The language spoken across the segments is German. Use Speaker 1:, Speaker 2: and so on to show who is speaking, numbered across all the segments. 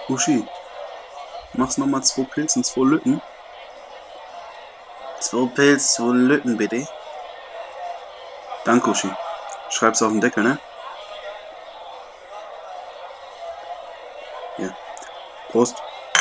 Speaker 1: Uschi, mach's nochmal 2 Pilz und 2 Lütten. 2 Pilz, 2 Lütten, bitte. Danke, Uschi. Schreib's auf den Deckel, ne? Hier. Prost.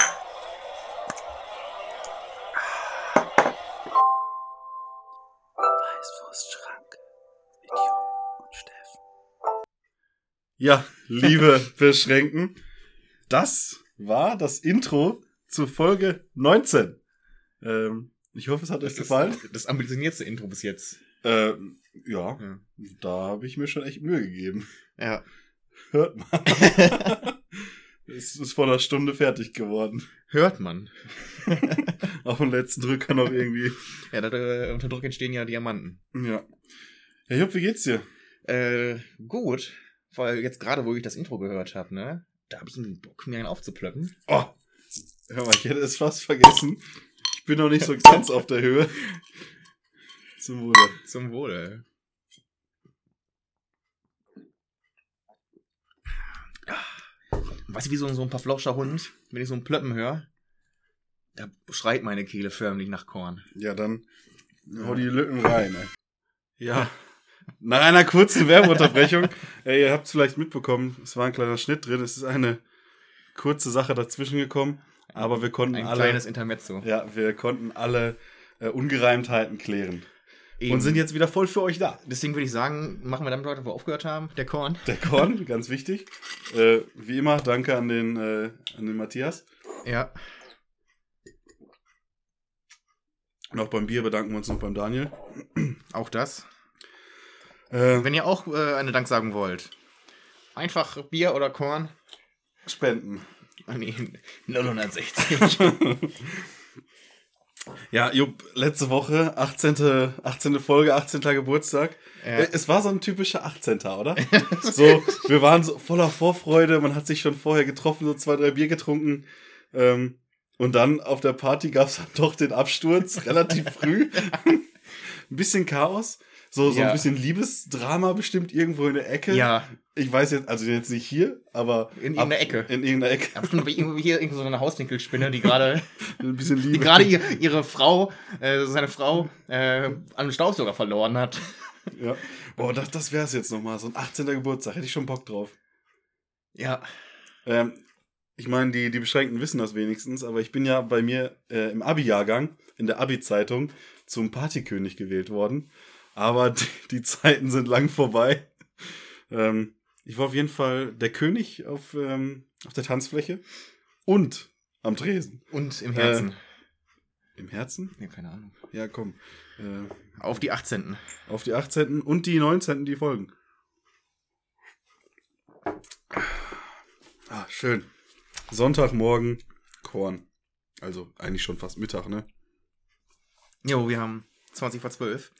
Speaker 1: Weißwurstschrank mit Jung und Steffen.
Speaker 2: Ja, liebe Beschränken, das war das Intro zur Folge 19. Ich hoffe, es hat euch gefallen.
Speaker 3: Das ambitionierteste Intro bis jetzt.
Speaker 2: Ja, da habe ich mir schon echt Mühe gegeben.
Speaker 3: Ja.
Speaker 2: Hört man. Es ist vor einer Stunde fertig geworden.
Speaker 3: Hört man.
Speaker 2: Auf dem letzten Drücker noch irgendwie.
Speaker 3: Ja, unter Druck entstehen ja Diamanten.
Speaker 2: Ja. Ja, Jupp, wie geht's dir?
Speaker 3: Gut. Weil jetzt gerade, wo ich das Intro gehört habe, ne, da habe ich einen Bock, mir einen aufzuplöppen.
Speaker 2: Oh, hör mal, ich hätte es fast vergessen. Ich bin noch nicht so ganz auf der Höhe. Zum Wohle.
Speaker 3: Zum Wohle. Weißt du, wie so ein verflorschter Hund, wenn ich so einen Plöppen höre, da schreit meine Kehle förmlich nach Korn.
Speaker 2: Ja, dann hau die Lücken rein. Ey. Ja, nach einer kurzen Werbeunterbrechung, ihr habt es vielleicht mitbekommen, es war ein kleiner Schnitt drin, es ist eine kurze Sache dazwischen gekommen, aber wir konnten
Speaker 3: Ein kleines Intermezzo.
Speaker 2: Ja, wir konnten alle Ungereimtheiten klären.
Speaker 3: Eben.
Speaker 2: Und sind jetzt wieder voll für euch da.
Speaker 3: Deswegen würde ich sagen, machen wir damit weiter, wo wir aufgehört haben. Der Korn.
Speaker 2: Der Korn, ganz wichtig. Wie immer, danke an den Matthias.
Speaker 3: Ja.
Speaker 2: Und auch beim Bier bedanken wir uns noch beim Daniel.
Speaker 3: Auch das. Wenn ihr auch eine Danksagung wollt, einfach Bier oder Korn.
Speaker 2: Spenden.
Speaker 3: Ah, nee, 060.
Speaker 2: Ja, Jupp, letzte Woche, 18. Folge, 18. Geburtstag.
Speaker 3: Ja.
Speaker 2: Es war so ein typischer 18. oder? So, wir waren so voller Vorfreude, man hat sich schon vorher getroffen, so 2, 3 Bier getrunken. Und dann auf der Party gab es dann doch den Absturz, relativ früh. Ein bisschen Chaos. So ein bisschen Liebesdrama bestimmt irgendwo in der Ecke.
Speaker 3: Ja.
Speaker 2: Ich weiß jetzt, also jetzt nicht hier, aber...
Speaker 3: In irgendeiner Ecke.
Speaker 2: In irgendeiner Ecke.
Speaker 3: Ja, bestimmt hier irgendwo so eine Hauswinkelspinne, die gerade
Speaker 2: Ein bisschen Liebe.
Speaker 3: die gerade ihre Frau, seine Frau, an einem Staubsauger verloren hat.
Speaker 2: Ja. Boah, das wär's jetzt nochmal. So ein 18. Geburtstag. Hätte ich schon Bock drauf.
Speaker 3: Ja.
Speaker 2: Ich meine, die Beschränkten wissen das wenigstens, aber ich bin ja bei mir im Abi-Jahrgang, in der Abi-Zeitung, zum Partykönig gewählt worden. Aber die Zeiten sind lang vorbei. Ich war auf jeden Fall der König auf der Tanzfläche und am Tresen.
Speaker 3: Und im Herzen.
Speaker 2: Im Herzen?
Speaker 3: Nee, keine Ahnung.
Speaker 2: Ja, komm.
Speaker 3: Auf die 18.
Speaker 2: Auf die 18. und die 19. die folgen. Ah, schön. Sonntagmorgen, Korn. Also eigentlich schon fast Mittag, ne?
Speaker 3: Jo, wir haben 20 vor 12.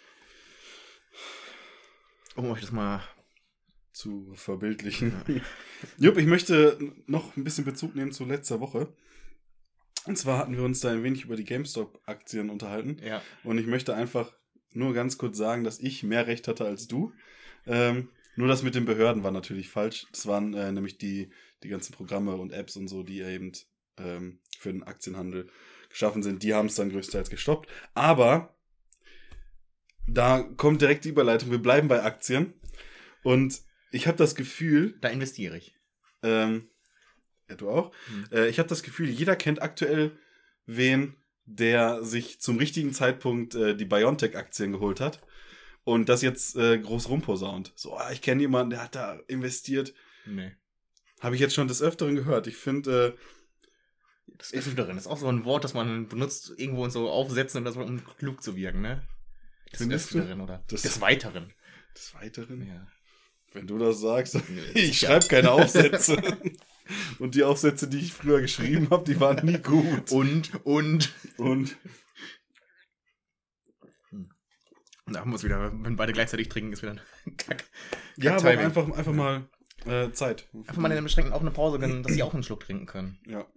Speaker 3: Um euch das mal
Speaker 2: zu verbildlichen. Jupp, ich möchte noch ein bisschen Bezug nehmen zu letzter Woche. Und zwar hatten wir uns da ein wenig über die GameStop-Aktien unterhalten.
Speaker 3: Ja.
Speaker 2: Und ich möchte einfach nur ganz kurz sagen, dass ich mehr Recht hatte als du. Nur das mit den Behörden war natürlich falsch. Das waren nämlich die ganzen Programme und Apps und so, die eben für den Aktienhandel geschaffen sind. Die haben es dann größtenteils gestoppt. Aber da kommt direkt die Überleitung. Wir bleiben bei Aktien. Und ich habe das Gefühl...
Speaker 3: Da investiere ich.
Speaker 2: Ja, du auch? Ich habe das Gefühl, jeder kennt aktuell wen, der sich zum richtigen Zeitpunkt die BioNTech-Aktien geholt hat und das jetzt groß rumposaunt. So, ich kenne jemanden, der hat da investiert.
Speaker 3: Nee.
Speaker 2: Habe ich jetzt schon des Öfteren gehört. Ich finde...
Speaker 3: das Öfteren ist auch so ein Wort, das man benutzt, irgendwo und so aufsetzen, um klug zu wirken, ne? Des Öfteren, oder? Des Weiteren.
Speaker 2: Des Weiteren?
Speaker 3: Ja.
Speaker 2: Wenn du das sagst, ich schreibe keine Aufsätze. Und die Aufsätze, die ich früher geschrieben habe, die waren nie gut.
Speaker 3: Und. Da muss wieder, wenn beide gleichzeitig trinken, ist wieder ein Kack.
Speaker 2: Ja, aber einfach mal Zeit.
Speaker 3: Einfach mal in den Beschränkten auch eine Pause gönnen, dass sie auch einen Schluck trinken können.
Speaker 2: Ja,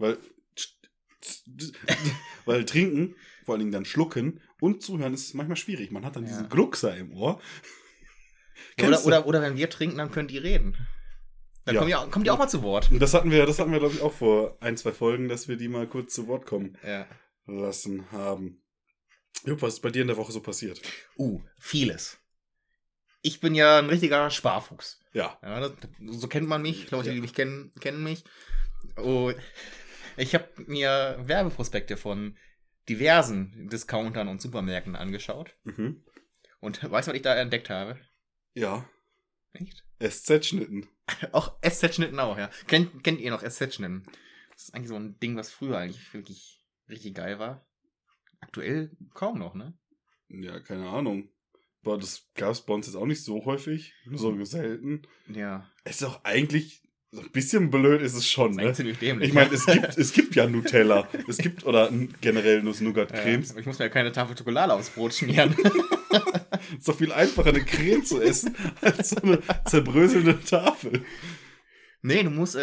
Speaker 2: weil trinken, vor allen Dingen dann schlucken und zuhören ist manchmal schwierig. Man hat dann diesen Gluckser im Ohr.
Speaker 3: Oder wenn wir trinken, dann könnt ihr reden. Dann kommt die auch mal zu Wort.
Speaker 2: Das hatten wir, glaube ich, auch vor 1-2 Folgen, dass wir die mal kurz zu Wort kommen lassen haben. Jupp, was ist bei dir in der Woche so passiert?
Speaker 3: Vieles. Ich bin ja ein richtiger Sparfuchs.
Speaker 2: Ja.
Speaker 3: So kennt man mich. Leute, die mich kennen mich. Und ich habe mir Werbeprospekte von diversen Discountern und Supermärkten angeschaut.
Speaker 2: Mhm.
Speaker 3: Und weißt du, was ich da entdeckt habe?
Speaker 2: Ja.
Speaker 3: Echt?
Speaker 2: SZ-Schnitten.
Speaker 3: Auch SZ-Schnitten auch, ja. Kennt ihr noch SZ-Schnitten? Das ist eigentlich so ein Ding, was früher eigentlich wirklich richtig geil war. Aktuell kaum noch, ne?
Speaker 2: Ja, keine Ahnung. Aber das gab es bei uns jetzt auch nicht so häufig. Nur so selten.
Speaker 3: Ja.
Speaker 2: Es ist auch eigentlich, so ein bisschen blöd ist es schon,
Speaker 3: Das ist ziemlich dämlich.
Speaker 2: Ich meine, es gibt ja Nutella. Es gibt, oder generell Nuss-Nougat-Cremes.
Speaker 3: Ich muss mir ja keine Tafel Schokolade aufs Brot schmieren.
Speaker 2: Es ist doch viel einfacher, eine Creme zu essen, als so eine zerbröselnde Tafel.
Speaker 3: Nee, du musst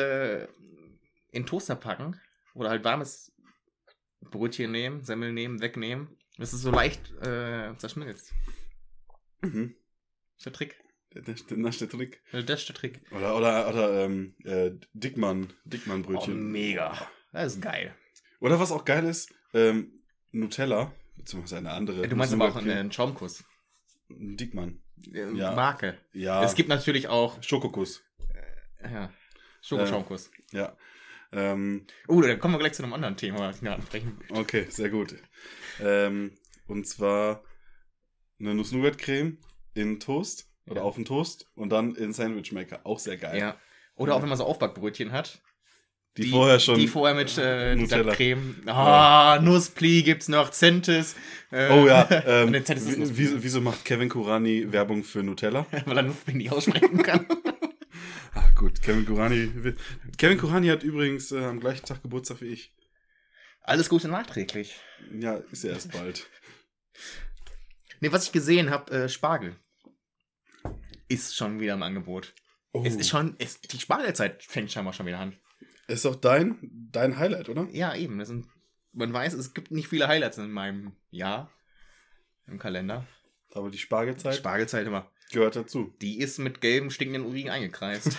Speaker 3: in Toaster packen oder halt warmes Brötchen nehmen, Semmel nehmen, wegnehmen. Das ist so leicht zerschmilzt.
Speaker 2: Mhm.
Speaker 3: Das ist der Trick.
Speaker 2: Das ist der Trick.
Speaker 3: Das ist der Trick.
Speaker 2: Oder Dickmann-Brötchen.
Speaker 3: Oh, mega. Das ist geil.
Speaker 2: Oder was auch geil ist, Nutella, beziehungsweise eine andere.
Speaker 3: Du meinst aber auch einen Schaumkuss.
Speaker 2: Dickmann.
Speaker 3: Ja. Marke.
Speaker 2: Ja.
Speaker 3: Es gibt natürlich auch
Speaker 2: Schokokuss.
Speaker 3: Ja. Schokoschaumkuss.
Speaker 2: Ja.
Speaker 3: Da kommen wir gleich zu einem anderen Thema, was ich gerade ansprechen will.
Speaker 2: Okay, sehr gut. Und zwar eine Nuss-Nougat-Creme in Toast oder auf den Toast und dann in Sandwichmaker. Auch sehr geil.
Speaker 3: Ja. Oder auch wenn man so Aufbackbrötchen hat. Die vorher mit dieser Creme. Nusspli gibt's noch, Centis.
Speaker 2: Und wieso macht Kevin Kurani Werbung für Nutella?
Speaker 3: Weil er Nusspli nicht aussprechen kann.
Speaker 2: Ach gut, Kevin Kurani hat übrigens am gleichen Tag Geburtstag wie ich.
Speaker 3: Alles Gute nachträglich.
Speaker 2: Ja, ist ja erst bald.
Speaker 3: Nee, was ich gesehen habe, Spargel. Ist schon wieder im Angebot.
Speaker 2: Oh.
Speaker 3: Die Spargelzeit fängt scheinbar schon wieder an.
Speaker 2: Ist doch dein Highlight, oder?
Speaker 3: Ja, eben. Man weiß, es gibt nicht viele Highlights in meinem Jahr. Im Kalender.
Speaker 2: Aber die Spargelzeit?
Speaker 3: Spargelzeit immer.
Speaker 2: Gehört dazu.
Speaker 3: Die ist mit gelbem, stinkenden Urin eingekreist.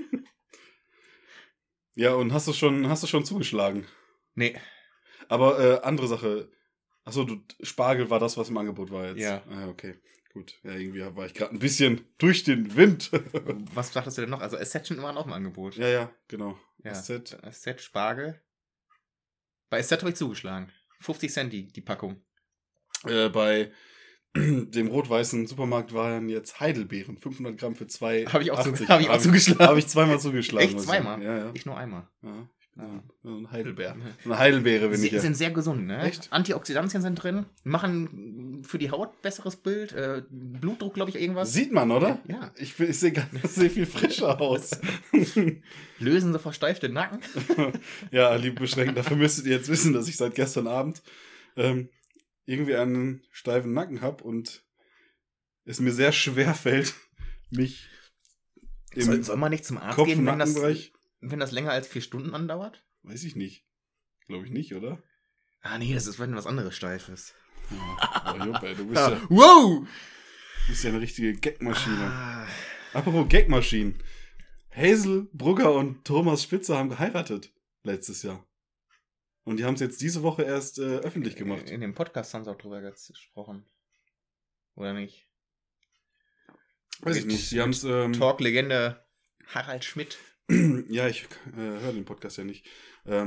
Speaker 2: Ja, und hast du schon zugeschlagen?
Speaker 3: Nee.
Speaker 2: Aber andere Sache. Achso, Spargel war das, was im Angebot war jetzt.
Speaker 3: Ja.
Speaker 2: Ah, okay. Gut. Ja, irgendwie war ich gerade ein bisschen durch den Wind.
Speaker 3: Was dachtest du denn noch? Also SZ waren auch im Angebot.
Speaker 2: Ja, genau.
Speaker 3: Ja. SZ, Spargel. Bei SZ habe ich zugeschlagen. 50 Cent die Packung.
Speaker 2: Bei dem rot-weißen Supermarkt waren jetzt Heidelbeeren. 500 Gramm für 2,80.
Speaker 3: Habe ich auch zugeschlagen.
Speaker 2: Habe ich zweimal zugeschlagen.
Speaker 3: Echt? Zweimal?
Speaker 2: Ja.
Speaker 3: Ich nur einmal.
Speaker 2: Ja. Ein Heidelbeer. Eine Heidelbeere bin ich ja.
Speaker 3: Die sind sehr gesund, ne?
Speaker 2: Echt?
Speaker 3: Antioxidantien sind drin, machen für die Haut besseres Bild, Blutdruck, glaube ich, irgendwas.
Speaker 2: Sieht man, oder?
Speaker 3: Ja.
Speaker 2: Ich sehe viel frischer aus.
Speaker 3: Lösen so versteifte Nacken.
Speaker 2: Ja, liebe Beschränkt, dafür müsstet ihr jetzt wissen, dass ich seit gestern Abend irgendwie einen steifen Nacken habe und es mir sehr schwer fällt, mich
Speaker 3: soll man nicht zum Arzt
Speaker 2: Kopf-
Speaker 3: gehen,
Speaker 2: Nackenbereich.
Speaker 3: wenn das länger als 4 Stunden andauert?
Speaker 2: Weiß ich nicht. Glaube ich nicht, oder?
Speaker 3: Ah, nee, das ist, wenn was anderes steif ist.
Speaker 2: Ja. Oh, Jupp, ey, du bist ja eine richtige Gagmaschine. Apropos Gagmaschinen. Hazel Brugger und Thomas Spitzer haben geheiratet letztes Jahr. Und die haben es jetzt diese Woche erst öffentlich gemacht.
Speaker 3: In dem Podcast haben sie auch drüber gesprochen. Oder nicht?
Speaker 2: Weiß ich nicht. Sie haben es
Speaker 3: Talk-Legende Harald Schmidt.
Speaker 2: Ja, ich höre den Podcast ja nicht.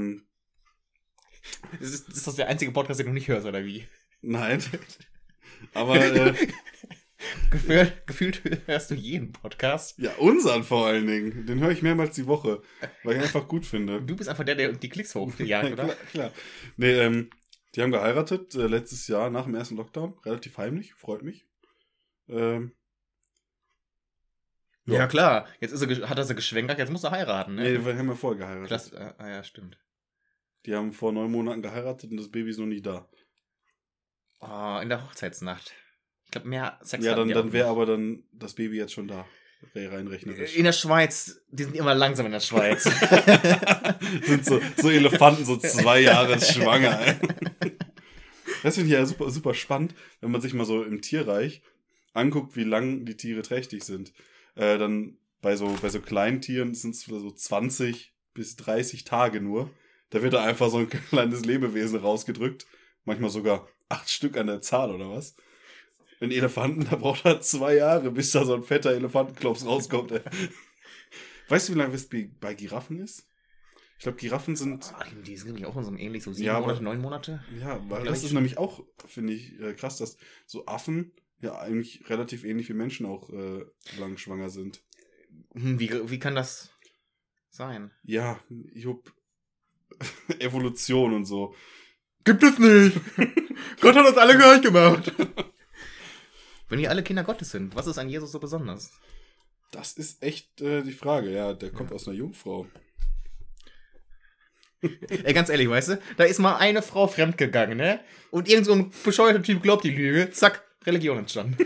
Speaker 3: Ist das der einzige Podcast, den du nicht hörst, oder wie?
Speaker 2: Nein. Aber
Speaker 3: gefühlt hörst du jeden Podcast.
Speaker 2: Ja, unseren vor allen Dingen. Den höre ich mehrmals die Woche, weil ich ihn einfach gut finde.
Speaker 3: Du bist einfach der die Klicks hochgejagt, oder?
Speaker 2: Klar. Nee, die haben geheiratet letztes Jahr nach dem ersten Lockdown. Relativ heimlich, freut mich.
Speaker 3: Ja, klar. Jetzt hat er sie geschwängert, jetzt muss er heiraten, ne?
Speaker 2: Nee, die haben ja vorher geheiratet.
Speaker 3: Ja, stimmt.
Speaker 2: Die haben vor 9 Monaten geheiratet und das Baby ist noch nie da.
Speaker 3: Oh, in der Hochzeitsnacht. Ich glaube, mehr Sex
Speaker 2: ja, dann wäre aber dann das Baby jetzt schon da. Rein rechnerisch.
Speaker 3: In der Schweiz, die sind immer langsam in der Schweiz.
Speaker 2: Sind so Elefanten, so 2 Jahre schwanger. Das finde ich ja super, super spannend, wenn man sich mal so im Tierreich anguckt, wie lang die Tiere trächtig sind. Dann bei so kleinen Tieren sind es so 20 bis 30 Tage nur. Da wird da einfach so ein kleines Lebewesen rausgedrückt. Manchmal sogar 8 Stück an der Zahl oder was. Ein Elefanten, da braucht er 2 Jahre, bis da so ein fetter Elefantenklops rauskommt. Ey. Weißt du, wie lange es bei Giraffen ist? Ich glaube, Giraffen sind...
Speaker 3: Die sind nämlich auch in so einem ähnlich, so 7
Speaker 2: Ja,
Speaker 3: Monate, 9 Monate.
Speaker 2: Ja, weil das ist nämlich auch, finde ich, krass, dass so Affen ja eigentlich relativ ähnlich wie Menschen auch lang schwanger sind.
Speaker 3: Wie kann das sein?
Speaker 2: Ja, Jupp. Evolution und so.
Speaker 3: Gibt es nicht! Gott hat uns alle gleich gemacht! Wenn wir alle Kinder Gottes sind, was ist an Jesus so besonders?
Speaker 2: Das ist echt die Frage. Ja, der kommt aus einer Jungfrau.
Speaker 3: Ey, ganz ehrlich, weißt du, da ist mal eine Frau fremdgegangen, ne? Und irgend so ein bescheuerter Typ glaubt die Lüge. Zack, Religion entstanden.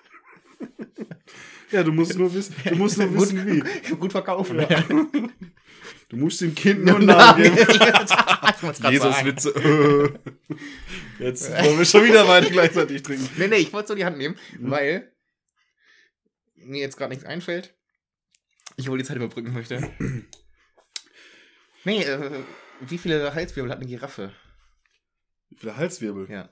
Speaker 2: Ja, du musst nur wissen, wie.
Speaker 3: Gut verkaufen.
Speaker 2: Ja.
Speaker 3: Ja.
Speaker 2: Du musst dem Kind nur einen Namen geben.
Speaker 3: Jesus-Witze.
Speaker 2: Jetzt wollen wir schon wieder beide gleichzeitig trinken.
Speaker 3: Nee, ich wollte so die Hand nehmen, weil mir jetzt gerade nichts einfällt. Ich wohl die Zeit überbrücken möchte. Nee, wie viele Halswirbel hat eine Giraffe?
Speaker 2: Wie viele Halswirbel?
Speaker 3: Ja.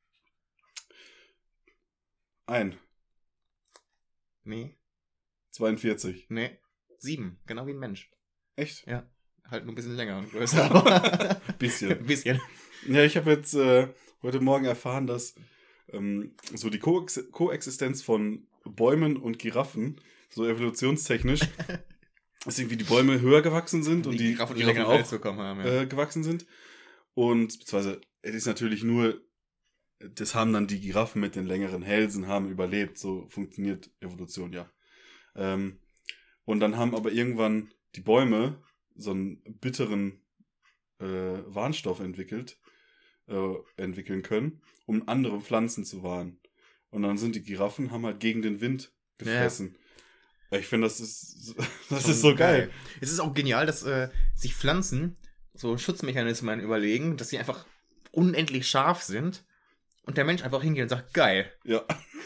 Speaker 2: Ein.
Speaker 3: Nee.
Speaker 2: 42.
Speaker 3: Nee. 7. Genau wie ein Mensch.
Speaker 2: Echt?
Speaker 3: Ja. Halt nur ein bisschen länger und größer. Aber
Speaker 2: Bisschen.
Speaker 3: ein bisschen.
Speaker 2: Ja, ich habe jetzt heute Morgen erfahren, dass so die Koexistenz von Bäumen und Giraffen, so evolutionstechnisch, dass irgendwie die Bäume höher gewachsen sind und die
Speaker 3: Giraffen
Speaker 2: Giraffen
Speaker 3: länger
Speaker 2: auch
Speaker 3: bekommen haben. Ja.
Speaker 2: gewachsen sind. Und beziehungsweise es ist natürlich nur, das haben dann die Giraffen mit den längeren Hälsen haben überlebt. So funktioniert Evolution, ja. Und dann haben aber irgendwann die Bäume so einen bitteren Warnstoff entwickeln können, um andere Pflanzen zu warnen. Und dann sind die Giraffen, haben halt gegen den Wind gefressen. Ja. Ich finde, das ist so geil.
Speaker 3: Es ist auch genial, dass sich Pflanzen so Schutzmechanismen überlegen, dass sie einfach unendlich scharf sind und der Mensch einfach hingeht und sagt, geil.
Speaker 2: Ja.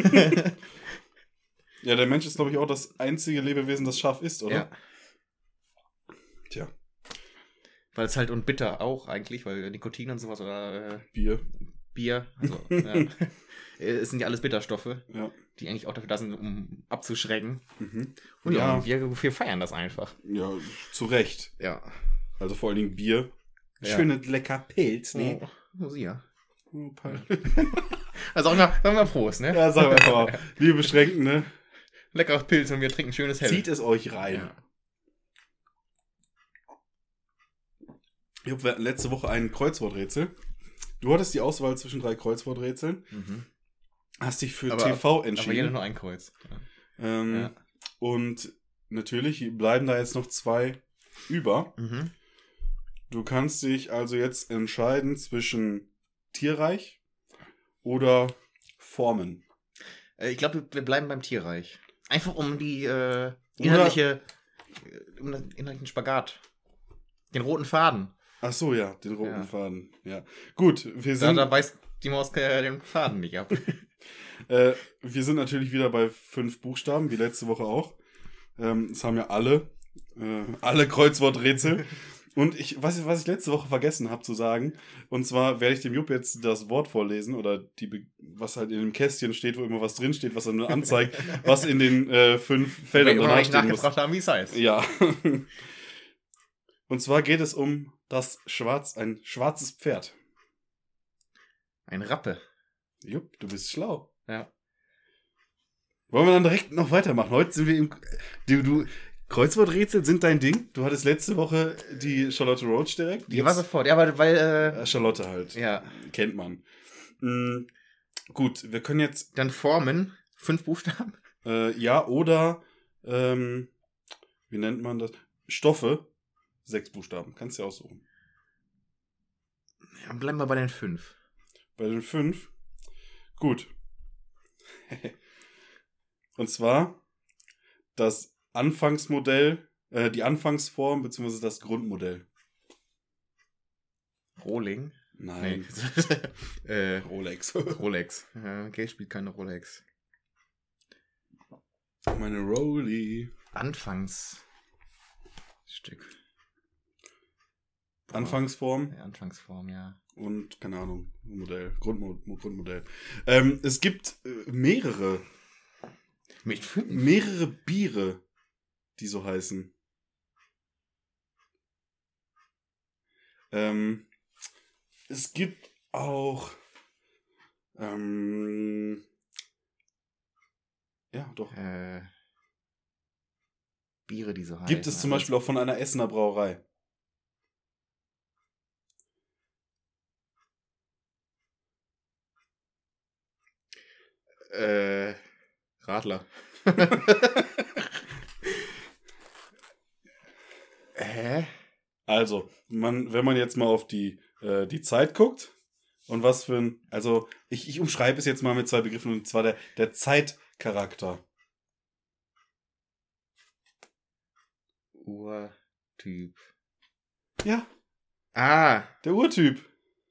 Speaker 2: Ja, der Mensch ist, glaube ich, auch das einzige Lebewesen, das scharf ist, oder?
Speaker 3: Ja. Tja. Weil es halt und bitter auch eigentlich, weil Nikotin und sowas oder Bier, also ja. Es sind ja alles Bitterstoffe,
Speaker 2: ja,
Speaker 3: die eigentlich auch dafür da sind, um abzuschrecken.
Speaker 2: Mhm.
Speaker 3: Und ja, wir feiern das einfach.
Speaker 2: Ja, zu Recht.
Speaker 3: Ja.
Speaker 2: Also vor allen Dingen Bier.
Speaker 3: Ja.
Speaker 2: Schönes lecker Pilz, ne?
Speaker 3: Oh, ja.
Speaker 2: Oh,
Speaker 3: also sagen wir Prost, ne?
Speaker 2: Ja, sagen wir einfach mal. Wir beschränken, ne?
Speaker 3: Leckeres Pilz und wir trinken schönes Hell.
Speaker 2: Zieht es euch rein.
Speaker 3: Ja.
Speaker 2: Wir hatten letzte Woche ein Kreuzworträtsel. Du hattest die Auswahl zwischen 3 Kreuzworträtseln.
Speaker 3: Mhm.
Speaker 2: Hast dich für TV entschieden.
Speaker 3: Aber jeder nur ein Kreuz. Ja.
Speaker 2: Und natürlich bleiben da jetzt noch 2 über.
Speaker 3: Mhm.
Speaker 2: Du kannst dich also jetzt entscheiden zwischen Tierreich oder Formen.
Speaker 3: Ich glaube, wir bleiben beim Tierreich. Einfach um die um den inhaltlichen Spagat. Den roten Faden.
Speaker 2: Ach so, ja, den roten Faden. Ja. Gut, wir sind...
Speaker 3: Da beißt die Maus den Faden nicht ab.
Speaker 2: Wir sind natürlich wieder bei 5 Buchstaben, wie letzte Woche auch. Das haben ja alle Kreuzworträtsel. Und was ich letzte Woche vergessen habe zu sagen, und zwar werde ich dem Jupp jetzt das Wort vorlesen, oder was halt in dem Kästchen steht, wo immer was drin steht, was dann anzeigt, was in den 5 Feldern danach stehen muss.
Speaker 3: Nachgefragt haben, wie es heißt.
Speaker 2: Ja. Und zwar geht es um ein schwarzes Pferd.
Speaker 3: Ein Rappe.
Speaker 2: Jupp, du bist schlau.
Speaker 3: Ja.
Speaker 2: Wollen wir dann direkt noch weitermachen? Heute sind wir im... Kreuzworträtsel sind dein Ding? Du hattest letzte Woche die Charlotte Roach direkt.
Speaker 3: Die war sofort. Ja, weil
Speaker 2: Charlotte halt.
Speaker 3: Ja.
Speaker 2: Kennt man. Gut, wir können jetzt...
Speaker 3: Dann Formen. 5 Buchstaben?
Speaker 2: Ja, oder... wie nennt man das? Stoffe. 6 Buchstaben. Kannst du dir aussuchen.
Speaker 3: Ja, bleiben wir bei den 5.
Speaker 2: Bei den 5? Gut. Und zwar das Anfangsmodell, die Anfangsform bzw. das Grundmodell.
Speaker 3: Rohling?
Speaker 2: Nein.
Speaker 3: Nee.
Speaker 2: Rolex.
Speaker 3: Rolex. Okay, spielt keine Rolex.
Speaker 2: Meine Rolli.
Speaker 3: Anfangsstück.
Speaker 2: Anfangsform
Speaker 3: Anfangsform, ja.
Speaker 2: und, keine Ahnung, Grundmodell. Es gibt mehrere
Speaker 3: Mit 5?
Speaker 2: mehrere Biere, die so heißen. Es gibt auch ja, doch.
Speaker 3: Biere, die so heißen.
Speaker 2: Gibt es zum Beispiel auch von einer Essener Brauerei.
Speaker 3: Radler. Hä?
Speaker 2: Also, wenn man jetzt mal auf die Zeit guckt und was für ein, also ich umschreibe es jetzt mal mit 2 Begriffen, und zwar der Zeitcharakter.
Speaker 3: Urtyp.
Speaker 2: Ja,
Speaker 3: Ah.
Speaker 2: der Urtyp.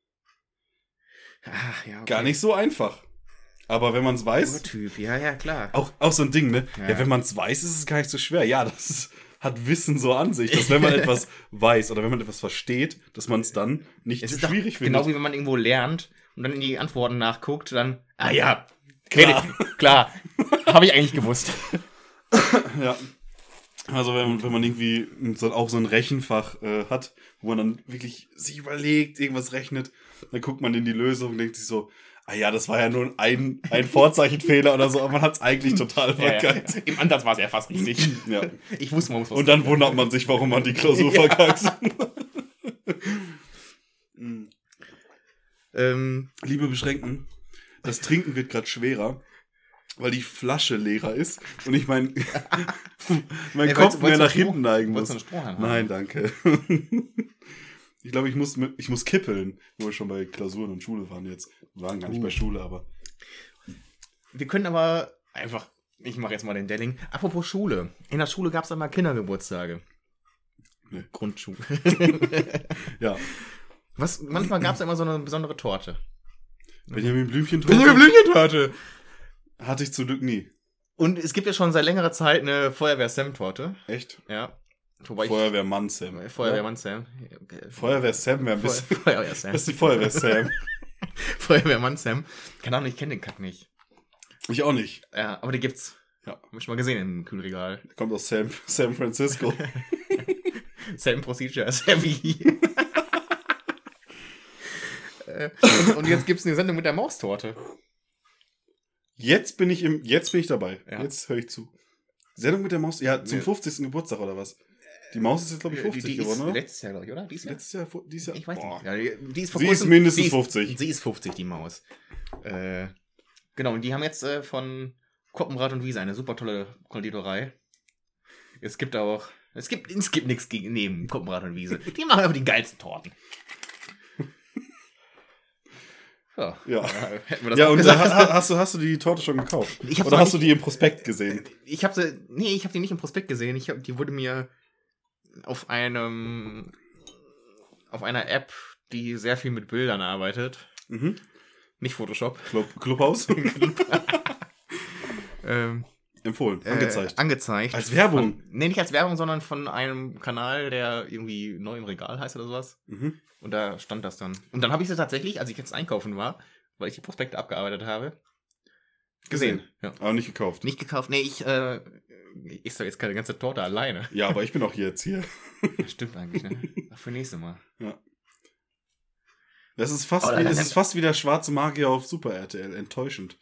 Speaker 3: Ach, ja, okay.
Speaker 2: Gar nicht so einfach. Aber wenn man es weiß,
Speaker 3: Urtyp, ja, klar.
Speaker 2: auch so ein Ding, ne?
Speaker 3: Ja.
Speaker 2: Ja, wenn man es weiß, ist es gar nicht so schwer. Ja, hat Wissen so an sich, dass wenn man etwas weiß oder wenn man etwas versteht, dass man es dann nicht
Speaker 3: Es
Speaker 2: zu
Speaker 3: ist doch
Speaker 2: schwierig findet.
Speaker 3: genau wie wenn man irgendwo lernt und dann in die Antworten nachguckt, dann, ja,
Speaker 2: Klar.
Speaker 3: klar, habe ich eigentlich gewusst.
Speaker 2: Ja. Also wenn man irgendwie auch so ein Rechenfach hat, wo man dann wirklich sich überlegt, irgendwas rechnet, dann guckt man in die Lösung und denkt sich so, das war ja nur ein Vorzeichenfehler oder so, aber man hat es eigentlich total verkackt.
Speaker 3: Ja. Im Ansatz war es ja fast richtig.
Speaker 2: Ja.
Speaker 3: Ich wusste, man muss was
Speaker 2: Und dann wundert man sich, warum man die Klausur verkackt. Liebe Beschränkten, das Trinken wird gerade schwerer, weil die Flasche leerer ist und ich mein Kopf mehr nach hinten neigen muss.
Speaker 3: Wolltest du einen Strohhalm haben?
Speaker 2: Nein, danke. Ich glaube, ich muss kippeln, wo wir schon bei Klausuren und Schule waren jetzt. Wir waren gar nicht bei Schule, aber...
Speaker 3: Wir können aber einfach, ich mache jetzt mal den Delling. Apropos Schule. In der Schule gab es einmal Kindergeburtstage.
Speaker 2: Nee.
Speaker 3: Grundschule.
Speaker 2: Ja.
Speaker 3: Manchmal gab es immer so eine besondere Torte.
Speaker 2: Benjamin Blümchen-Torte
Speaker 3: Blümchentorte!
Speaker 2: hatte ich zum Glück nie.
Speaker 3: Und es gibt ja schon seit längerer Zeit eine Feuerwehr-Sam-Torte.
Speaker 2: Echt?
Speaker 3: Ja. Wobei
Speaker 2: Feuerwehrmann Sam.
Speaker 3: Feuerwehrmann Sam.
Speaker 2: Feuerwehr-Sam wäre ein bisschen...
Speaker 3: Feuerwehr Sam.
Speaker 2: Das ist die Feuerwehr-Sam.
Speaker 3: Feuerwehrmann Sam. Keine Ahnung, ich kenne den Kack nicht.
Speaker 2: Ich auch nicht.
Speaker 3: Ja, aber die gibt's.
Speaker 2: Ja.
Speaker 3: Hab ich schon mal gesehen im Kühlregal.
Speaker 2: Der kommt aus San Francisco.
Speaker 3: Sam Procedure, Savvy. Und jetzt gibt's eine Sendung mit der Maustorte.
Speaker 2: Jetzt bin ich dabei.
Speaker 3: Ja.
Speaker 2: Jetzt höre ich zu. Sendung mit der Maus. Ja, zum 50. Geburtstag oder was? Die Maus ist jetzt, glaube ich, 50
Speaker 3: die
Speaker 2: geworden,
Speaker 3: ist
Speaker 2: oder?
Speaker 3: letztes Jahr, glaube ich, oder? Dieses Jahr?
Speaker 2: Dieses Jahr?
Speaker 3: Ich weiß
Speaker 2: Boah.
Speaker 3: nicht. Ja, die ist vor
Speaker 2: Sie ist
Speaker 3: kurzem-
Speaker 2: mindestens 50.
Speaker 3: Sie ist 50, die Maus. Genau, und die haben jetzt von Koppenrad und Wiese eine super tolle Konditorei. Es gibt nichts neben Koppenrad und Wiese. Die machen aber die geilsten Torten.
Speaker 2: Ja.
Speaker 3: Hätten wir das
Speaker 2: Ja,
Speaker 3: auch
Speaker 2: und
Speaker 3: gesagt.
Speaker 2: hast du die Torte schon gekauft?
Speaker 3: Ich hab's
Speaker 2: Oder
Speaker 3: noch
Speaker 2: hast du
Speaker 3: nicht-
Speaker 2: die im Prospekt gesehen?
Speaker 3: Ich habe die nicht im Prospekt gesehen. Die wurde mir auf einer App, die sehr viel mit Bildern arbeitet.
Speaker 2: Mhm.
Speaker 3: Nicht Photoshop.
Speaker 2: Clubhaus? Empfohlen, angezeigt.
Speaker 3: Angezeigt.
Speaker 2: Als Werbung?
Speaker 3: Nicht als Werbung, sondern von einem Kanal, der irgendwie neu im Regal heißt oder sowas.
Speaker 2: Mhm.
Speaker 3: Und da stand das dann. Und dann habe ich sie tatsächlich, als ich jetzt einkaufen war, weil ich die Prospekte abgearbeitet habe, gesehen. Ja.
Speaker 2: Aber nicht gekauft.
Speaker 3: Nicht gekauft. Nee, ich sag jetzt keine ganze Torte alleine.
Speaker 2: Ja, aber ich bin auch jetzt hier.
Speaker 3: Stimmt eigentlich, ne? Ach, für nächstes Mal.
Speaker 2: Ja. Das ist fast,
Speaker 3: Oder
Speaker 2: es ist fast wie der schwarze Magier auf Super RTL. Enttäuschend.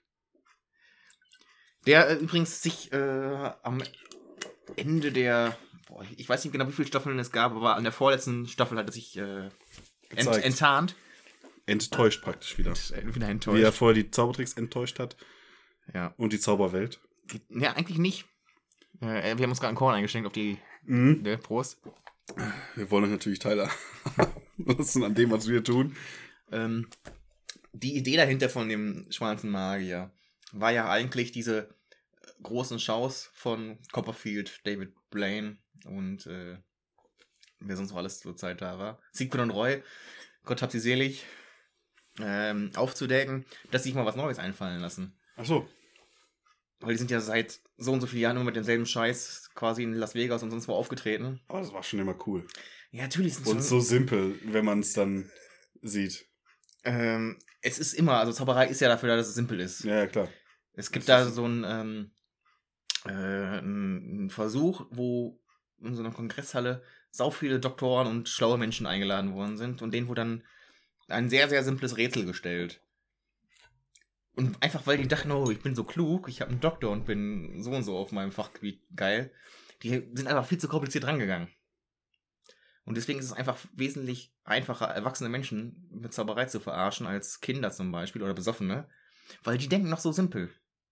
Speaker 3: Der übrigens sich am Ende der, ich weiß nicht genau, wie viele Staffeln es gab, aber an der vorletzten Staffel hat er sich
Speaker 2: Gezeigt.
Speaker 3: enttarnt.
Speaker 2: Enttäuscht praktisch wieder.
Speaker 3: Wieder
Speaker 2: Wie
Speaker 3: enttäuscht.
Speaker 2: er vorher die Zaubertricks enttäuscht hat.
Speaker 3: Ja.
Speaker 2: Und die Zauberwelt.
Speaker 3: Ja, eigentlich nicht. Wir haben uns gerade einen Korn eingeschenkt auf die Prost.
Speaker 2: Wir wollen euch natürlich teilhaben lassen an dem, was wir tun.
Speaker 3: Die Idee dahinter von dem schwarzen Magier war ja eigentlich diese großen Shows von Copperfield, David Blaine und wer sonst noch alles zur Zeit da war. Siegfried und Roy, Gott hab sie selig, aufzudecken, dass sie sich mal was Neues einfallen lassen.
Speaker 2: Ach so.
Speaker 3: Weil die sind ja seit so und so vielen Jahren immer mit demselben Scheiß quasi in Las Vegas und sonst wo aufgetreten.
Speaker 2: Aber das war schon immer cool.
Speaker 3: Ja, natürlich sind
Speaker 2: Und so simpel, wenn man es dann sieht.
Speaker 3: es ist immer, also Zauberei ist ja dafür da, dass es simpel ist.
Speaker 2: Ja, klar.
Speaker 3: Es gibt da so einen Versuch, wo in so einer Kongresshalle sau viele Doktoren und schlaue Menschen eingeladen worden sind und denen wurde dann ein sehr, sehr simples Rätsel gestellt. Und einfach, weil die dachten, oh, ich bin so klug, ich habe einen Doktor und bin so und so auf meinem Fachgebiet geil, die sind einfach viel zu kompliziert rangegangen. Und deswegen ist es einfach wesentlich einfacher, erwachsene Menschen mit Zauberei zu verarschen, als Kinder zum Beispiel oder Besoffene, weil die denken noch so simpel.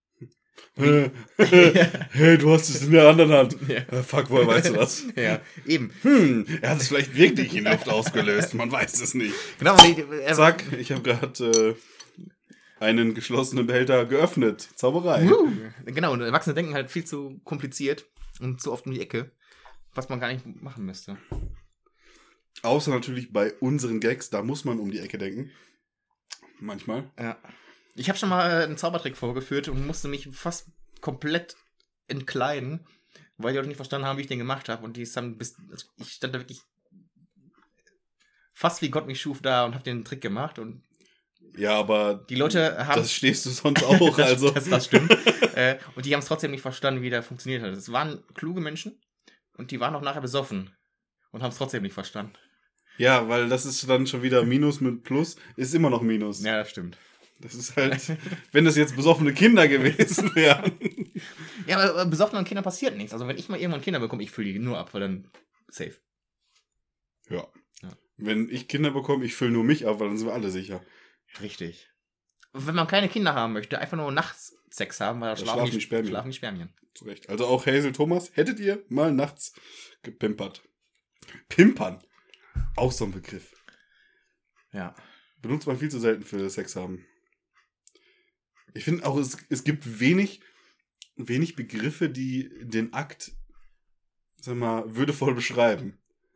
Speaker 2: Hey, du hast es in der anderen Hand.
Speaker 3: Ja.
Speaker 2: Fuck, woher weißt du das?
Speaker 3: Ja, eben.
Speaker 2: Er hat es vielleicht wirklich in Luft ausgelöst, man weiß es nicht.
Speaker 3: Genau,
Speaker 2: Zack, ich habe gerade einen geschlossenen Behälter geöffnet. Zauberei.
Speaker 3: Genau, und Erwachsene denken halt viel zu kompliziert und zu oft um die Ecke, was man gar nicht machen müsste.
Speaker 2: Außer natürlich bei unseren Gags, da muss man um die Ecke denken. Manchmal.
Speaker 3: Ja. Ich habe schon mal einen Zaubertrick vorgeführt und musste mich fast komplett entkleiden, weil die auch nicht verstanden haben, wie ich den gemacht habe. Und ich stand da wirklich fast wie Gott mich schuf da und habe den Trick gemacht. Und
Speaker 2: ja, aber
Speaker 3: die Leute haben...
Speaker 2: das stehst du sonst auch. Also.
Speaker 3: das stimmt. Und die haben es trotzdem nicht verstanden, wie der funktioniert hat. Es waren kluge Menschen und die waren auch nachher besoffen und haben es trotzdem nicht verstanden.
Speaker 2: Ja, weil das ist dann schon wieder Minus mit Plus, ist immer noch Minus.
Speaker 3: Ja, das stimmt.
Speaker 2: Das ist halt, wenn das jetzt besoffene Kinder gewesen wären.
Speaker 3: Ja, aber besoffenen Kindern passiert nichts. Also wenn ich mal irgendwann Kinder bekomme, ich fülle die nur ab, weil dann safe.
Speaker 2: Ja. Wenn ich Kinder bekomme, ich fülle nur mich ab, weil dann sind wir alle sicher.
Speaker 3: Richtig. Wenn man keine Kinder haben möchte, einfach nur nachts Sex haben, weil da schlafen die Spermien.
Speaker 2: Zu Recht. Also auch Hazel Thomas, hättet ihr mal nachts gepimpert? Pimpern. Auch so ein Begriff.
Speaker 3: Ja.
Speaker 2: Benutzt man viel zu selten für Sex haben. Ich finde auch, es gibt wenig Begriffe, die den Akt, sag mal, würdevoll beschreiben.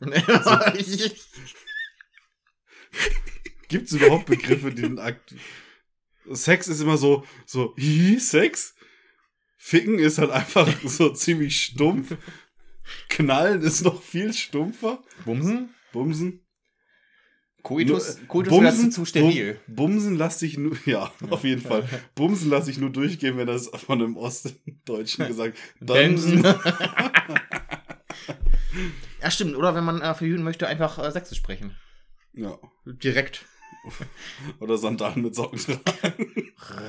Speaker 2: Gibt es überhaupt Begriffe, die den Akt... Sex ist immer so, Sex? Ficken ist halt einfach so ziemlich stumpf. Knallen ist noch viel stumpfer. Bumsen.
Speaker 3: Koitus wäre zu steril.
Speaker 2: Bumsen lass dich nur, ja, auf jeden Fall. Bumsen lass ich nur durchgehen, wenn das von einem Ostdeutschen gesagt
Speaker 3: wird. Ja, stimmt. Oder wenn man verhüten möchte, einfach Sächsisch sprechen.
Speaker 2: Ja.
Speaker 3: Direkt.
Speaker 2: Oder Sandalen mit Socken tragen.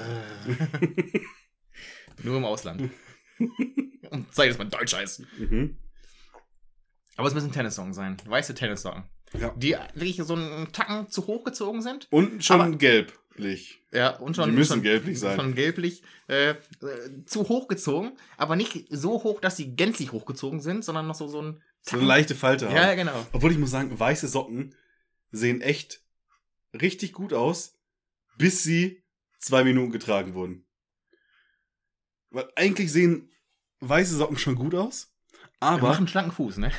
Speaker 3: Nur im Ausland. Und sei, dass man Deutsch heißt.
Speaker 2: Mhm.
Speaker 3: Aber es müssen Tennisssocken sein. Weiße Tennisssocken.
Speaker 2: Ja.
Speaker 3: Die wirklich so einen Tacken zu hoch gezogen sind.
Speaker 2: Und schon gelblich.
Speaker 3: Ja, und schon.
Speaker 2: Die müssen gelblich sein.
Speaker 3: Schon gelblich. Zu hoch gezogen, aber nicht so hoch, dass sie gänzlich hochgezogen sind, sondern noch so ein Tacken.
Speaker 2: So eine leichte Falte haben.
Speaker 3: Ja, genau.
Speaker 2: Obwohl ich muss sagen, weiße Socken sehen echt richtig gut aus, bis sie 2 Minuten getragen wurden. Weil eigentlich sehen weiße Socken schon gut aus, aber...
Speaker 3: Wir machen einen schlanken Fuß, ne?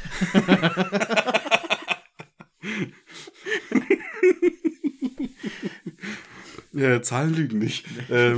Speaker 2: Ja, Zahlen lügen nicht.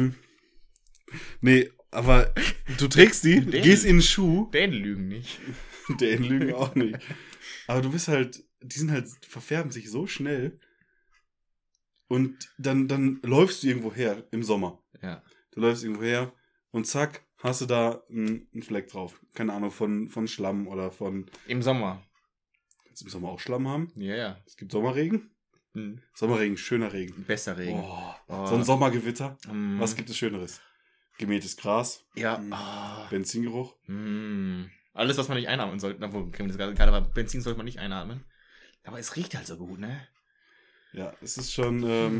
Speaker 2: Nee, aber du trägst die, gehst in den Schuh.
Speaker 3: Dänen lügen nicht.
Speaker 2: Dänen lügen auch nicht. Aber du bist halt, die sind halt, verfärben sich so schnell. Und dann läufst du irgendwo her im Sommer.
Speaker 3: Ja.
Speaker 2: Du läufst irgendwo her und zack, hast du da einen Fleck drauf. Keine Ahnung, von Schlamm oder von...
Speaker 3: Im Sommer.
Speaker 2: Kannst du im Sommer auch Schlamm haben?
Speaker 3: Ja, ja.
Speaker 2: Es gibt Sommerregen. Sommerregen, schöner Regen.
Speaker 3: Besser Regen.
Speaker 2: So ein Sommergewitter. Was gibt es Schöneres? Gemähtes Gras.
Speaker 3: Ja.
Speaker 2: Benzingeruch.
Speaker 3: Alles, was man nicht einatmen sollte. Obwohl, gerade bei Benzin sollte man nicht einatmen. Aber es riecht halt so gut, ne?
Speaker 2: Ja, es ist schon...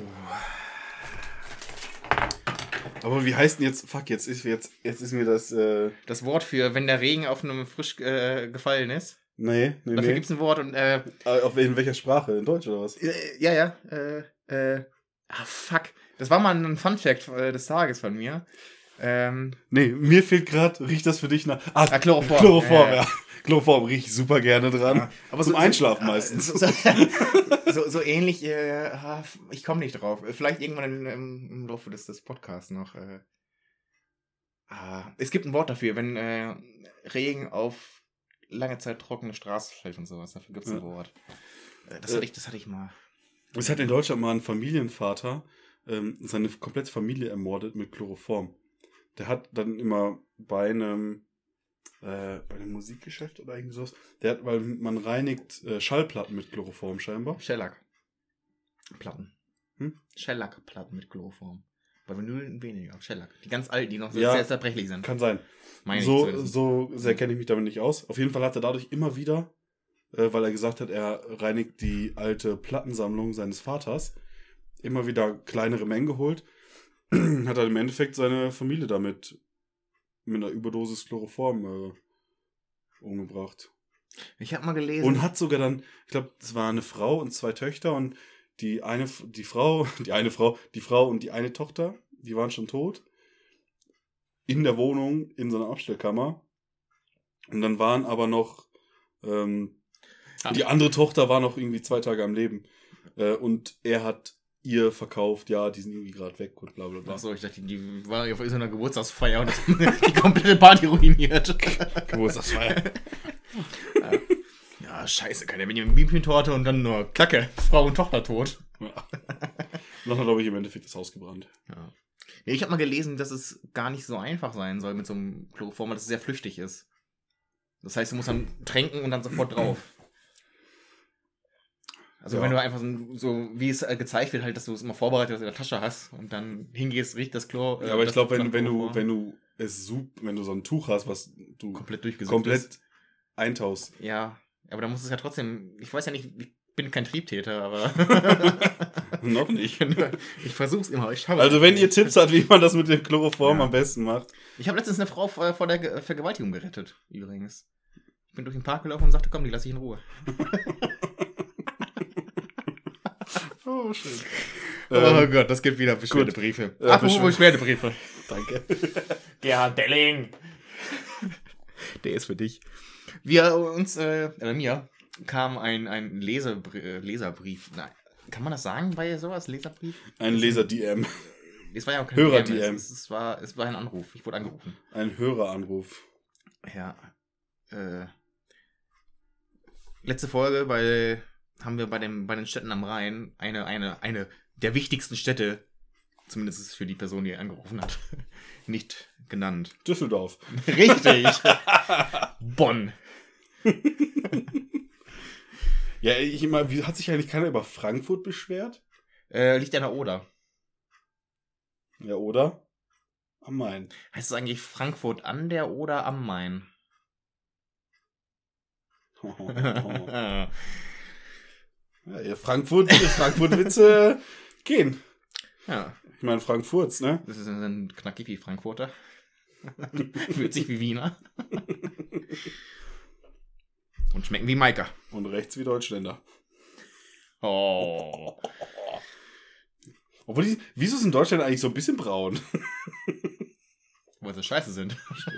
Speaker 2: Aber wie heißt denn jetzt... Fuck, jetzt ist mir das...
Speaker 3: Das Wort für, wenn der Regen auf einem frisch gefallen ist.
Speaker 2: Nee.
Speaker 3: Dafür gibt's ein Wort und...
Speaker 2: in welcher Sprache? In Deutsch oder was?
Speaker 3: Ja. Fuck. Das war mal ein Funfact des Tages von mir.
Speaker 2: Nee, mir fehlt gerade, riecht das für dich nach...
Speaker 3: Chloroform.
Speaker 2: Chloroform, ja. Chloroform rieche ich super gerne dran.
Speaker 3: Ja, aber
Speaker 2: zum Einschlafen meistens.
Speaker 3: So ähnlich, ich komme nicht drauf. Vielleicht irgendwann im Laufe des Podcasts noch. Es gibt ein Wort dafür, wenn Regen auf lange Zeit trockene Straße fällt und sowas. Dafür gibt es ein Wort. Das hatte ich mal.
Speaker 2: Es hat in Deutschland mal ein Familienvater seine komplette Familie ermordet mit Chloroform. Der hat dann immer bei einem Musikgeschäft oder irgendwie sowas, weil man reinigt Schallplatten mit Chloroform scheinbar.
Speaker 3: Shellac-Platten. Shellac-Platten mit Chloroform. Bei Vinyl weniger. Shellac. Die ganz alten, die noch sehr zerbrechlich sind.
Speaker 2: Kann sein. So sehr kenne ich mich damit nicht aus. Auf jeden Fall hat er dadurch immer wieder, weil er gesagt hat, er reinigt die alte Plattensammlung seines Vaters, immer wieder kleinere Mengen geholt. Hat er im Endeffekt seine Familie damit mit einer Überdosis Chloroform umgebracht.
Speaker 3: Ich habe mal gelesen.
Speaker 2: Und hat sogar dann, ich glaube, es war eine Frau und 2 Töchter und die Frau und die eine Tochter, die waren schon tot. In der Wohnung, in so einer Abstellkammer. Und dann waren aber noch, die andere Tochter war noch irgendwie 2 Tage am Leben. Und er hat ihr verkauft, ja, die sind irgendwie gerade weg und bla bla bla.
Speaker 3: Achso, ich dachte, die war auf irgendeiner Geburtstagsfeier und die komplette Party ruiniert.
Speaker 2: Geburtstagsfeier.
Speaker 3: Ja, scheiße, keine Benjamin-Torte und dann nur Kacke, Frau und Tochter tot.
Speaker 2: Ja. Dann hat, glaube ich, im Endeffekt das Haus gebrannt.
Speaker 3: Ja. Nee, ich habe mal gelesen, dass es gar nicht so einfach sein soll mit so einem Chloroform, weil das sehr flüchtig ist. Das heißt, du musst dann tränken und dann sofort drauf. Also wenn du einfach so wie es gezeigt wird, halt, dass du es immer vorbereitet in der Tasche hast und dann hingehst, riecht das Chlor.
Speaker 2: Ja, aber ich glaube, wenn du so ein Tuch hast, was du komplett eintauchst.
Speaker 3: Ja, aber dann muss es ja trotzdem, ich weiß ja nicht, ich bin kein Triebtäter, aber
Speaker 2: noch nicht.
Speaker 3: Ich versuch's immer.
Speaker 2: Also wenn ihr Tipps habt, wie man das mit dem Chloroform am besten macht.
Speaker 3: Ich habe letztens eine Frau vor der Vergewaltigung gerettet, übrigens. Ich bin durch den Park gelaufen und sagte, komm, die lasse ich in Ruhe.
Speaker 2: Oh, schön.
Speaker 3: Oh Gott, das gibt wieder Beschwerdebriefe. Apropos Beschwerdebriefe.
Speaker 2: Danke.
Speaker 3: Gerhard Delling. Der ist für dich. Mir kam ein Leserbrief. Nein, kann man das sagen bei sowas? Leserbrief?
Speaker 2: Ein Leser-DM.
Speaker 3: Es war ja auch kein
Speaker 2: Hörer-DM.
Speaker 3: Es war ein Anruf. Ich wurde angerufen.
Speaker 2: Ein Höreranruf.
Speaker 3: Ja. Letzte Folge haben wir bei den Städten am Rhein eine der wichtigsten Städte, zumindest für die Person, die angerufen hat, nicht genannt.
Speaker 2: Düsseldorf.
Speaker 3: Richtig. Bonn.
Speaker 2: Ja, wie hat sich eigentlich keiner über Frankfurt beschwert?
Speaker 3: Liegt an der Oder.
Speaker 2: Ja, oder? Am Main.
Speaker 3: Heißt es eigentlich Frankfurt an der Oder am Main?
Speaker 2: Ja, Frankfurt-Witze gehen.
Speaker 3: Ja.
Speaker 2: Ich meine, Frankfurts, ne?
Speaker 3: Das ist ein knackig wie Frankfurter. Witzig wie Wiener. Und schmecken wie Maika.
Speaker 2: Und rechts wie Deutschländer.
Speaker 3: Oh.
Speaker 2: Obwohl, wieso sind Deutschländer eigentlich so ein bisschen braun?
Speaker 3: Weil sie scheiße sind.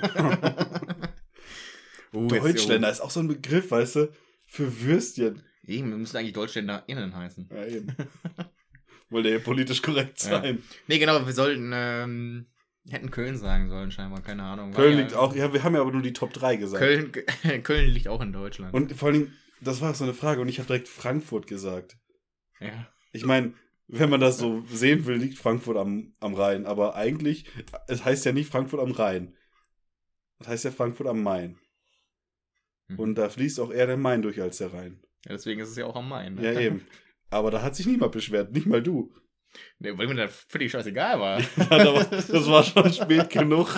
Speaker 2: Deutschländer ist auch so ein Begriff, weißt du, für Würstchen.
Speaker 3: Eben, wir müssen eigentlich DeutschländerInnen heißen.
Speaker 2: Ja, eben. Wollte ja politisch korrekt sein.
Speaker 3: Ja. Nee, genau, wir sollten, hätten Köln sagen sollen, scheinbar, keine Ahnung.
Speaker 2: Köln liegt auch, ja, wir haben ja aber nur die Top 3 gesagt.
Speaker 3: Köln liegt auch in Deutschland.
Speaker 2: Und vor allem, das war so eine Frage und ich habe direkt Frankfurt gesagt.
Speaker 3: Ja.
Speaker 2: Ich meine, wenn man das so sehen will, liegt Frankfurt am Rhein. Aber eigentlich, es heißt ja nicht Frankfurt am Rhein. Es heißt ja Frankfurt am Main. Und da fließt auch eher der Main durch als der Rhein.
Speaker 3: Ja, deswegen ist es ja auch am Main. Ne?
Speaker 2: Ja, eben. Aber da hat sich niemand beschwert, nicht mal du.
Speaker 3: Nee, weil mir das völlig scheißegal war.
Speaker 2: Das war schon spät genug.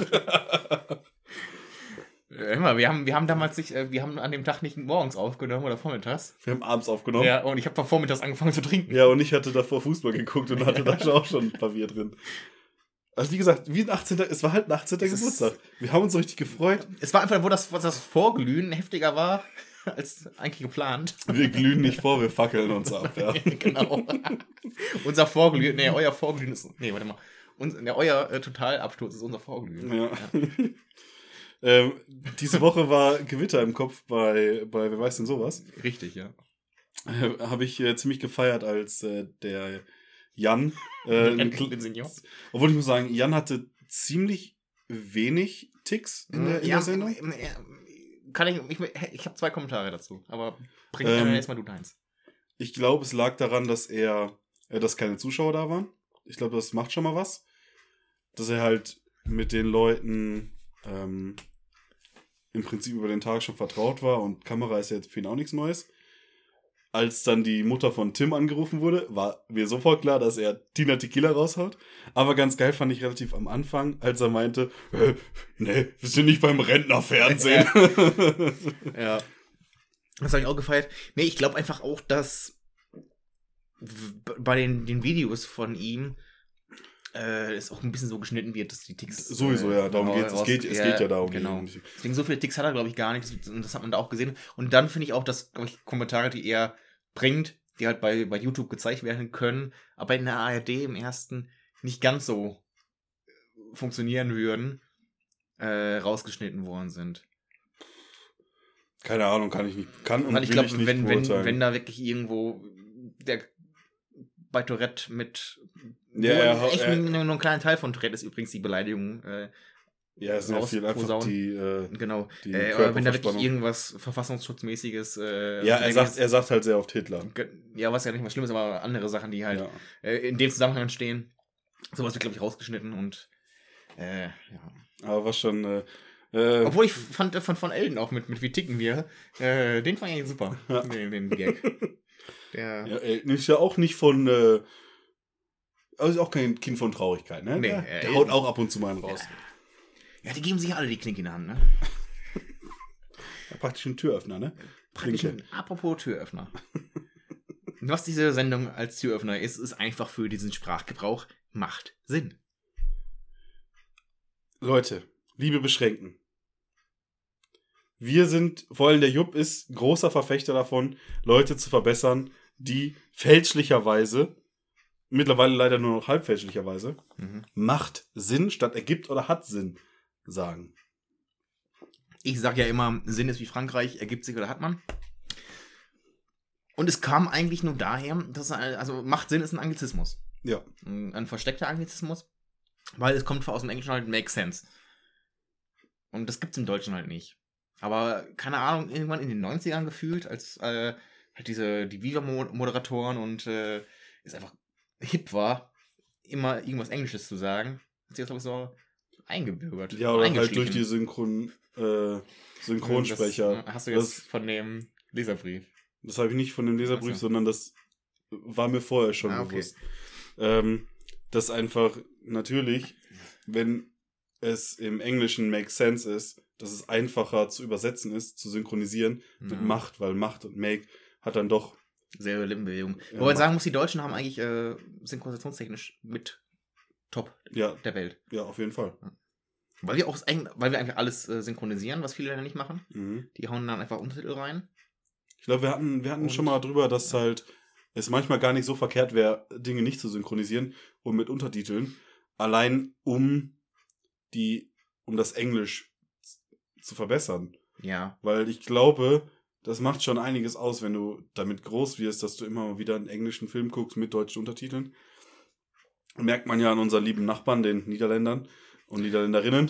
Speaker 3: Immer, wir haben damals nicht, wir haben an dem Tag nicht morgens aufgenommen oder vormittags.
Speaker 2: Wir haben abends aufgenommen.
Speaker 3: Ja, und ich habe vormittags angefangen zu trinken.
Speaker 2: Ja, und ich hatte davor Fußball geguckt und hatte da auch schon ein paar Bier drin. Also wie gesagt, es war halt ein 18. Geburtstag. Wir haben uns so richtig gefreut.
Speaker 3: Es war einfach, wo das Vorglühen heftiger war als eigentlich geplant.
Speaker 2: Wir glühen nicht vor, wir fackeln uns ab. Ja.
Speaker 3: Genau. Unser Vorglühen, euer Vorglühen ist, warte mal. Euer Totalabsturz ist unser Vorglühen.
Speaker 2: Ja. Diese Woche war Gewitter im Kopf bei Wer weiß denn sowas.
Speaker 3: Richtig, ja.
Speaker 2: Habe ich ziemlich gefeiert, als der Jan,
Speaker 3: den Senior.
Speaker 2: obwohl ich muss sagen, Jan hatte ziemlich wenig Ticks in der Sendung.
Speaker 3: Ich habe 2 Kommentare dazu, aber bring erstmal du deins.
Speaker 2: Ich glaube, es lag daran, dass dass keine Zuschauer da waren. Ich glaube, das macht schon mal was. Dass er halt mit den Leuten im Prinzip über den Tag schon vertraut war und Kamera ist ja jetzt für ihn auch nichts Neues. Als dann die Mutter von Tim angerufen wurde, war mir sofort klar, dass er Tina Tequila raushaut. Aber ganz geil fand ich relativ am Anfang, als er meinte, nee, wir sind nicht beim Rentnerfernsehen.
Speaker 3: Ja. Das habe ich auch gefeiert. Nee, ich glaube einfach auch, dass bei den Videos von ihm es auch ein bisschen so geschnitten wird, dass die Ticks...
Speaker 2: Sowieso, ja, darum geht's. Es geht ja darum.
Speaker 3: Genau. Deswegen so viele Ticks hat er, glaube ich, gar nicht. Und das hat man da auch gesehen. Und dann finde ich auch, dass, glaube ich, Kommentare, die er bringt, die halt bei YouTube gezeigt werden können, aber in der ARD im ersten nicht ganz so funktionieren würden, rausgeschnitten worden sind.
Speaker 2: Keine Ahnung, kann ich nicht.
Speaker 3: Weil ich glaube, wenn da wirklich irgendwo der bei Tourette mit nur einen kleinen Teil von Tourette ist übrigens die Beleidigung.
Speaker 2: Ja, es ist ja viel einfach die
Speaker 3: genau.
Speaker 2: Die
Speaker 3: wenn da wirklich irgendwas Verfassungsschutzmäßiges
Speaker 2: er sagt halt sehr oft Hitler.
Speaker 3: Ja, was ja nicht mal schlimm ist, aber andere Sachen, die halt in dem Zusammenhang stehen. Sowas wird, glaube ich, rausgeschnitten und ja.
Speaker 2: Aber was schon
Speaker 3: obwohl ich fand von Elden auch mit Wie ticken wir, den fand ich super, den Gag.
Speaker 2: Elton ist ja auch nicht von also ist auch kein Kind von Traurigkeit, ne?
Speaker 3: Nee,
Speaker 2: der haut auch ab und zu mal einen raus.
Speaker 3: Ja, die geben sich alle die Klinke in die Hand, ne?
Speaker 2: Ja, praktisch ein Türöffner, ne?
Speaker 3: Apropos Türöffner. Was diese Sendung als Türöffner ist einfach für diesen Sprachgebrauch macht Sinn.
Speaker 2: Leute, liebe Beschränken. Vor allem der Jupp ist großer Verfechter davon, Leute zu verbessern, die fälschlicherweise, mittlerweile leider nur noch halbfälschlicherweise, macht Sinn statt ergibt oder hat Sinn sagen.
Speaker 3: Ich sage ja immer, Sinn ist wie Frankreich, ergibt sich oder hat man. Und es kam eigentlich nur daher, dass macht Sinn ist ein Anglizismus.
Speaker 2: Ja.
Speaker 3: Ein versteckter Anglizismus, weil es kommt aus dem Englischen halt make sense. Und das gibt's im Deutschen halt nicht. Aber, keine Ahnung, irgendwann in den 90ern gefühlt, als halt die Viva-Moderatoren und es einfach hip war, immer irgendwas Englisches zu sagen, hat sich das, glaube ich, so eingebürgert.
Speaker 2: Ja, oder halt durch die Synchronsprecher.
Speaker 3: Hast du jetzt von dem Leserbrief?
Speaker 2: Das habe ich nicht von dem Leserbrief, sondern das war mir vorher schon bewusst. Dass einfach natürlich, wenn es im Englischen make sense ist, dass es einfacher zu übersetzen ist, zu synchronisieren mit Macht, weil Macht und Make hat dann doch
Speaker 3: sehr Lippenbewegung. Wobei ich sagen muss, die Deutschen haben eigentlich synchronisationstechnisch mit Top der Welt.
Speaker 2: Ja, auf jeden Fall.
Speaker 3: Weil wir eigentlich alles synchronisieren, was viele Länder nicht machen. Die hauen dann einfach Untertitel rein.
Speaker 2: Ich glaube, wir hatten schon mal drüber, dass halt es manchmal gar nicht so verkehrt wäre, Dinge nicht zu synchronisieren und mit Untertiteln, allein um das Englisch zu verbessern.
Speaker 3: Ja.
Speaker 2: Weil ich glaube, das macht schon einiges aus, wenn du damit groß wirst, dass du immer mal wieder einen englischen Film guckst mit deutschen Untertiteln. Merkt man ja an unseren lieben Nachbarn, den Niederländern und Niederländerinnen,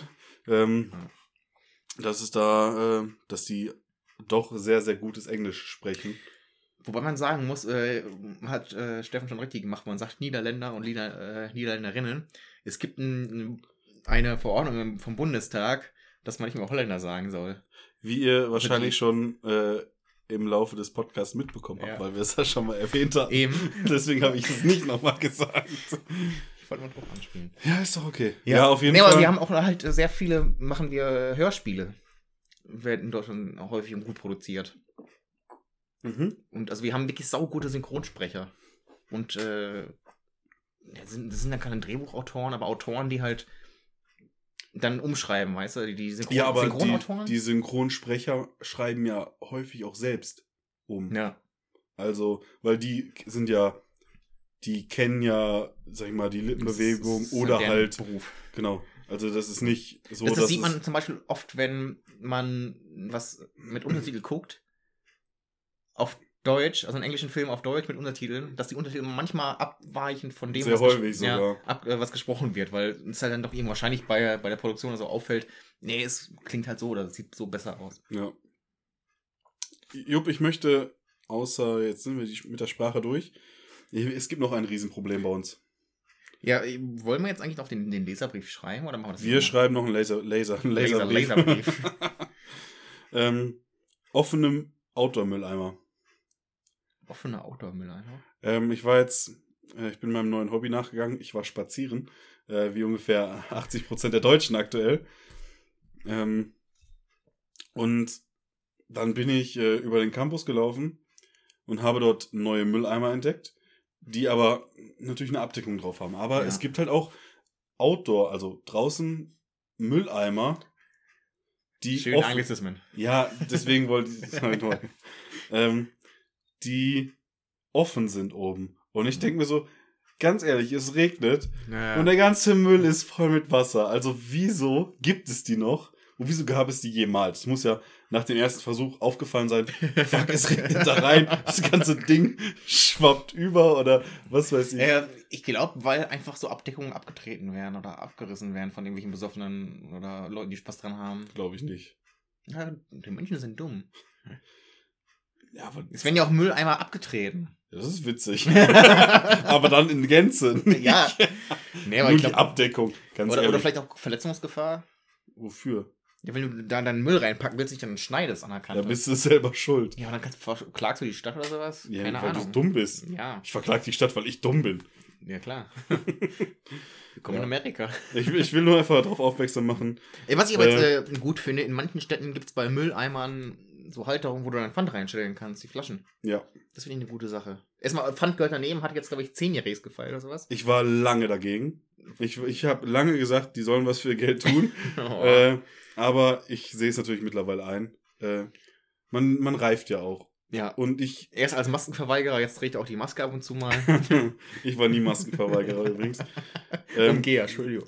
Speaker 2: dass die doch sehr, sehr gutes Englisch sprechen.
Speaker 3: Wobei man sagen muss, hat Steffen schon richtig gemacht, man sagt Niederländer und Niederländerinnen. Es gibt eine Verordnung vom Bundestag, dass man nicht mehr Holländer sagen soll.
Speaker 2: Wie ihr wahrscheinlich schon im Laufe des Podcasts mitbekommen habt, weil wir es ja schon mal erwähnt haben.
Speaker 3: Eben.
Speaker 2: Deswegen habe ich es nicht nochmal gesagt.
Speaker 3: Ich wollte mal drauf anspielen.
Speaker 2: Ja, ist doch okay. Ja, auf jeden
Speaker 3: Fall.
Speaker 2: Aber
Speaker 3: wir haben auch halt sehr viele, machen wir Hörspiele. Werden in Deutschland auch häufig und gut produziert. Und also wir haben wirklich saugute Synchronsprecher. Und das sind dann keine Drehbuchautoren, aber Autoren, die halt dann umschreiben, weißt du? Die
Speaker 2: Synchronautoren? Die Synchronsprecher schreiben ja häufig auch selbst um.
Speaker 3: Ja.
Speaker 2: Also, weil die kennen ja, sag ich mal, die Lippenbewegung oder halt
Speaker 3: Beruf.
Speaker 2: Genau. Also das ist nicht so,
Speaker 3: das sieht man zum Beispiel oft, wenn man was mit Untertitel guckt. Auf Deutsch, also einen englischen Film auf Deutsch mit Untertiteln, dass die Untertitel manchmal abweichen von dem,
Speaker 2: Sehr häufig sogar.
Speaker 3: was gesprochen wird, weil es halt dann doch irgendwie wahrscheinlich bei der Produktion oder so auffällt, nee, es klingt halt so oder es sieht so besser aus.
Speaker 2: Ja. Jupp, ich möchte, außer jetzt sind wir mit der Sprache durch, es gibt noch ein Riesenproblem bei uns.
Speaker 3: Ja, wollen wir jetzt eigentlich noch den Leserbrief schreiben oder machen wir das?
Speaker 2: Wir schreiben noch einen Laserbrief.
Speaker 3: Laserbrief.
Speaker 2: Offenem Outdoor-Mülleimer.
Speaker 3: Offene Outdoor-Mülleimer?
Speaker 2: Ich bin meinem neuen Hobby nachgegangen. Ich war spazieren, wie ungefähr 80% der Deutschen aktuell. Und dann bin ich über den Campus gelaufen und habe dort neue Mülleimer entdeckt, die aber natürlich eine Abdeckung drauf haben. Aber es gibt halt auch Outdoor, also draußen Mülleimer, die
Speaker 3: schön Anglizismen.
Speaker 2: Ja, deswegen wollte ich das halt neu. Die offen sind oben. Und ich denke mir so, ganz ehrlich, es regnet und der ganze Müll ist voll mit Wasser. Also wieso gibt es die noch? Und wieso gab es die jemals? Es muss ja nach dem ersten Versuch aufgefallen sein, fuck, es regnet da rein, das ganze Ding schwappt über oder was weiß ich.
Speaker 3: Ich glaube, weil einfach so Abdeckungen abgetreten werden oder abgerissen werden von irgendwelchen Besoffenen oder Leuten, die Spaß dran haben.
Speaker 2: Glaube ich nicht.
Speaker 3: Ja, die Menschen sind dumm.
Speaker 2: Ja, aber
Speaker 3: es werden ja auch Mülleimer abgetreten.
Speaker 2: Das ist witzig. Aber dann in Gänze.
Speaker 3: Ja. Nee, aber
Speaker 2: nur
Speaker 3: ich glaub,
Speaker 2: die Abdeckung. Ganz
Speaker 3: oder vielleicht auch Verletzungsgefahr.
Speaker 2: Wofür?
Speaker 3: Ja, wenn du da deinen Müll reinpacken willst, dich dann schneidest an der Kante.
Speaker 2: Da bist du selber schuld.
Speaker 3: Ja, und dann klagst du die Stadt oder sowas?
Speaker 2: Ja,
Speaker 3: keine
Speaker 2: weil
Speaker 3: Ahnung.
Speaker 2: du dumm bist.
Speaker 3: Ja.
Speaker 2: Ich verklag die Stadt, weil ich dumm bin.
Speaker 3: Ja, klar. Willkommen in Amerika.
Speaker 2: Ich will nur einfach darauf aufmerksam machen.
Speaker 3: Was ich aber jetzt gut finde, in manchen Städten gibt es bei Mülleimern so Halterungen, wo du dein Pfand reinstellen kannst, die Flaschen.
Speaker 2: Ja.
Speaker 3: Das finde ich eine gute Sache. Erstmal, Pfand gehört daneben, hat jetzt, glaube ich, 10-Jähriges gefeiert oder sowas.
Speaker 2: Ich war lange dagegen. Ich habe lange gesagt, die sollen was für Geld tun. Aber ich sehe es natürlich mittlerweile ein. Man reift ja auch.
Speaker 3: Ja.
Speaker 2: Und
Speaker 3: erst als Maskenverweigerer, jetzt trägt er auch die Maske ab und zu mal.
Speaker 2: Ich war nie Maskenverweigerer übrigens.
Speaker 3: Umgeher, Entschuldigung.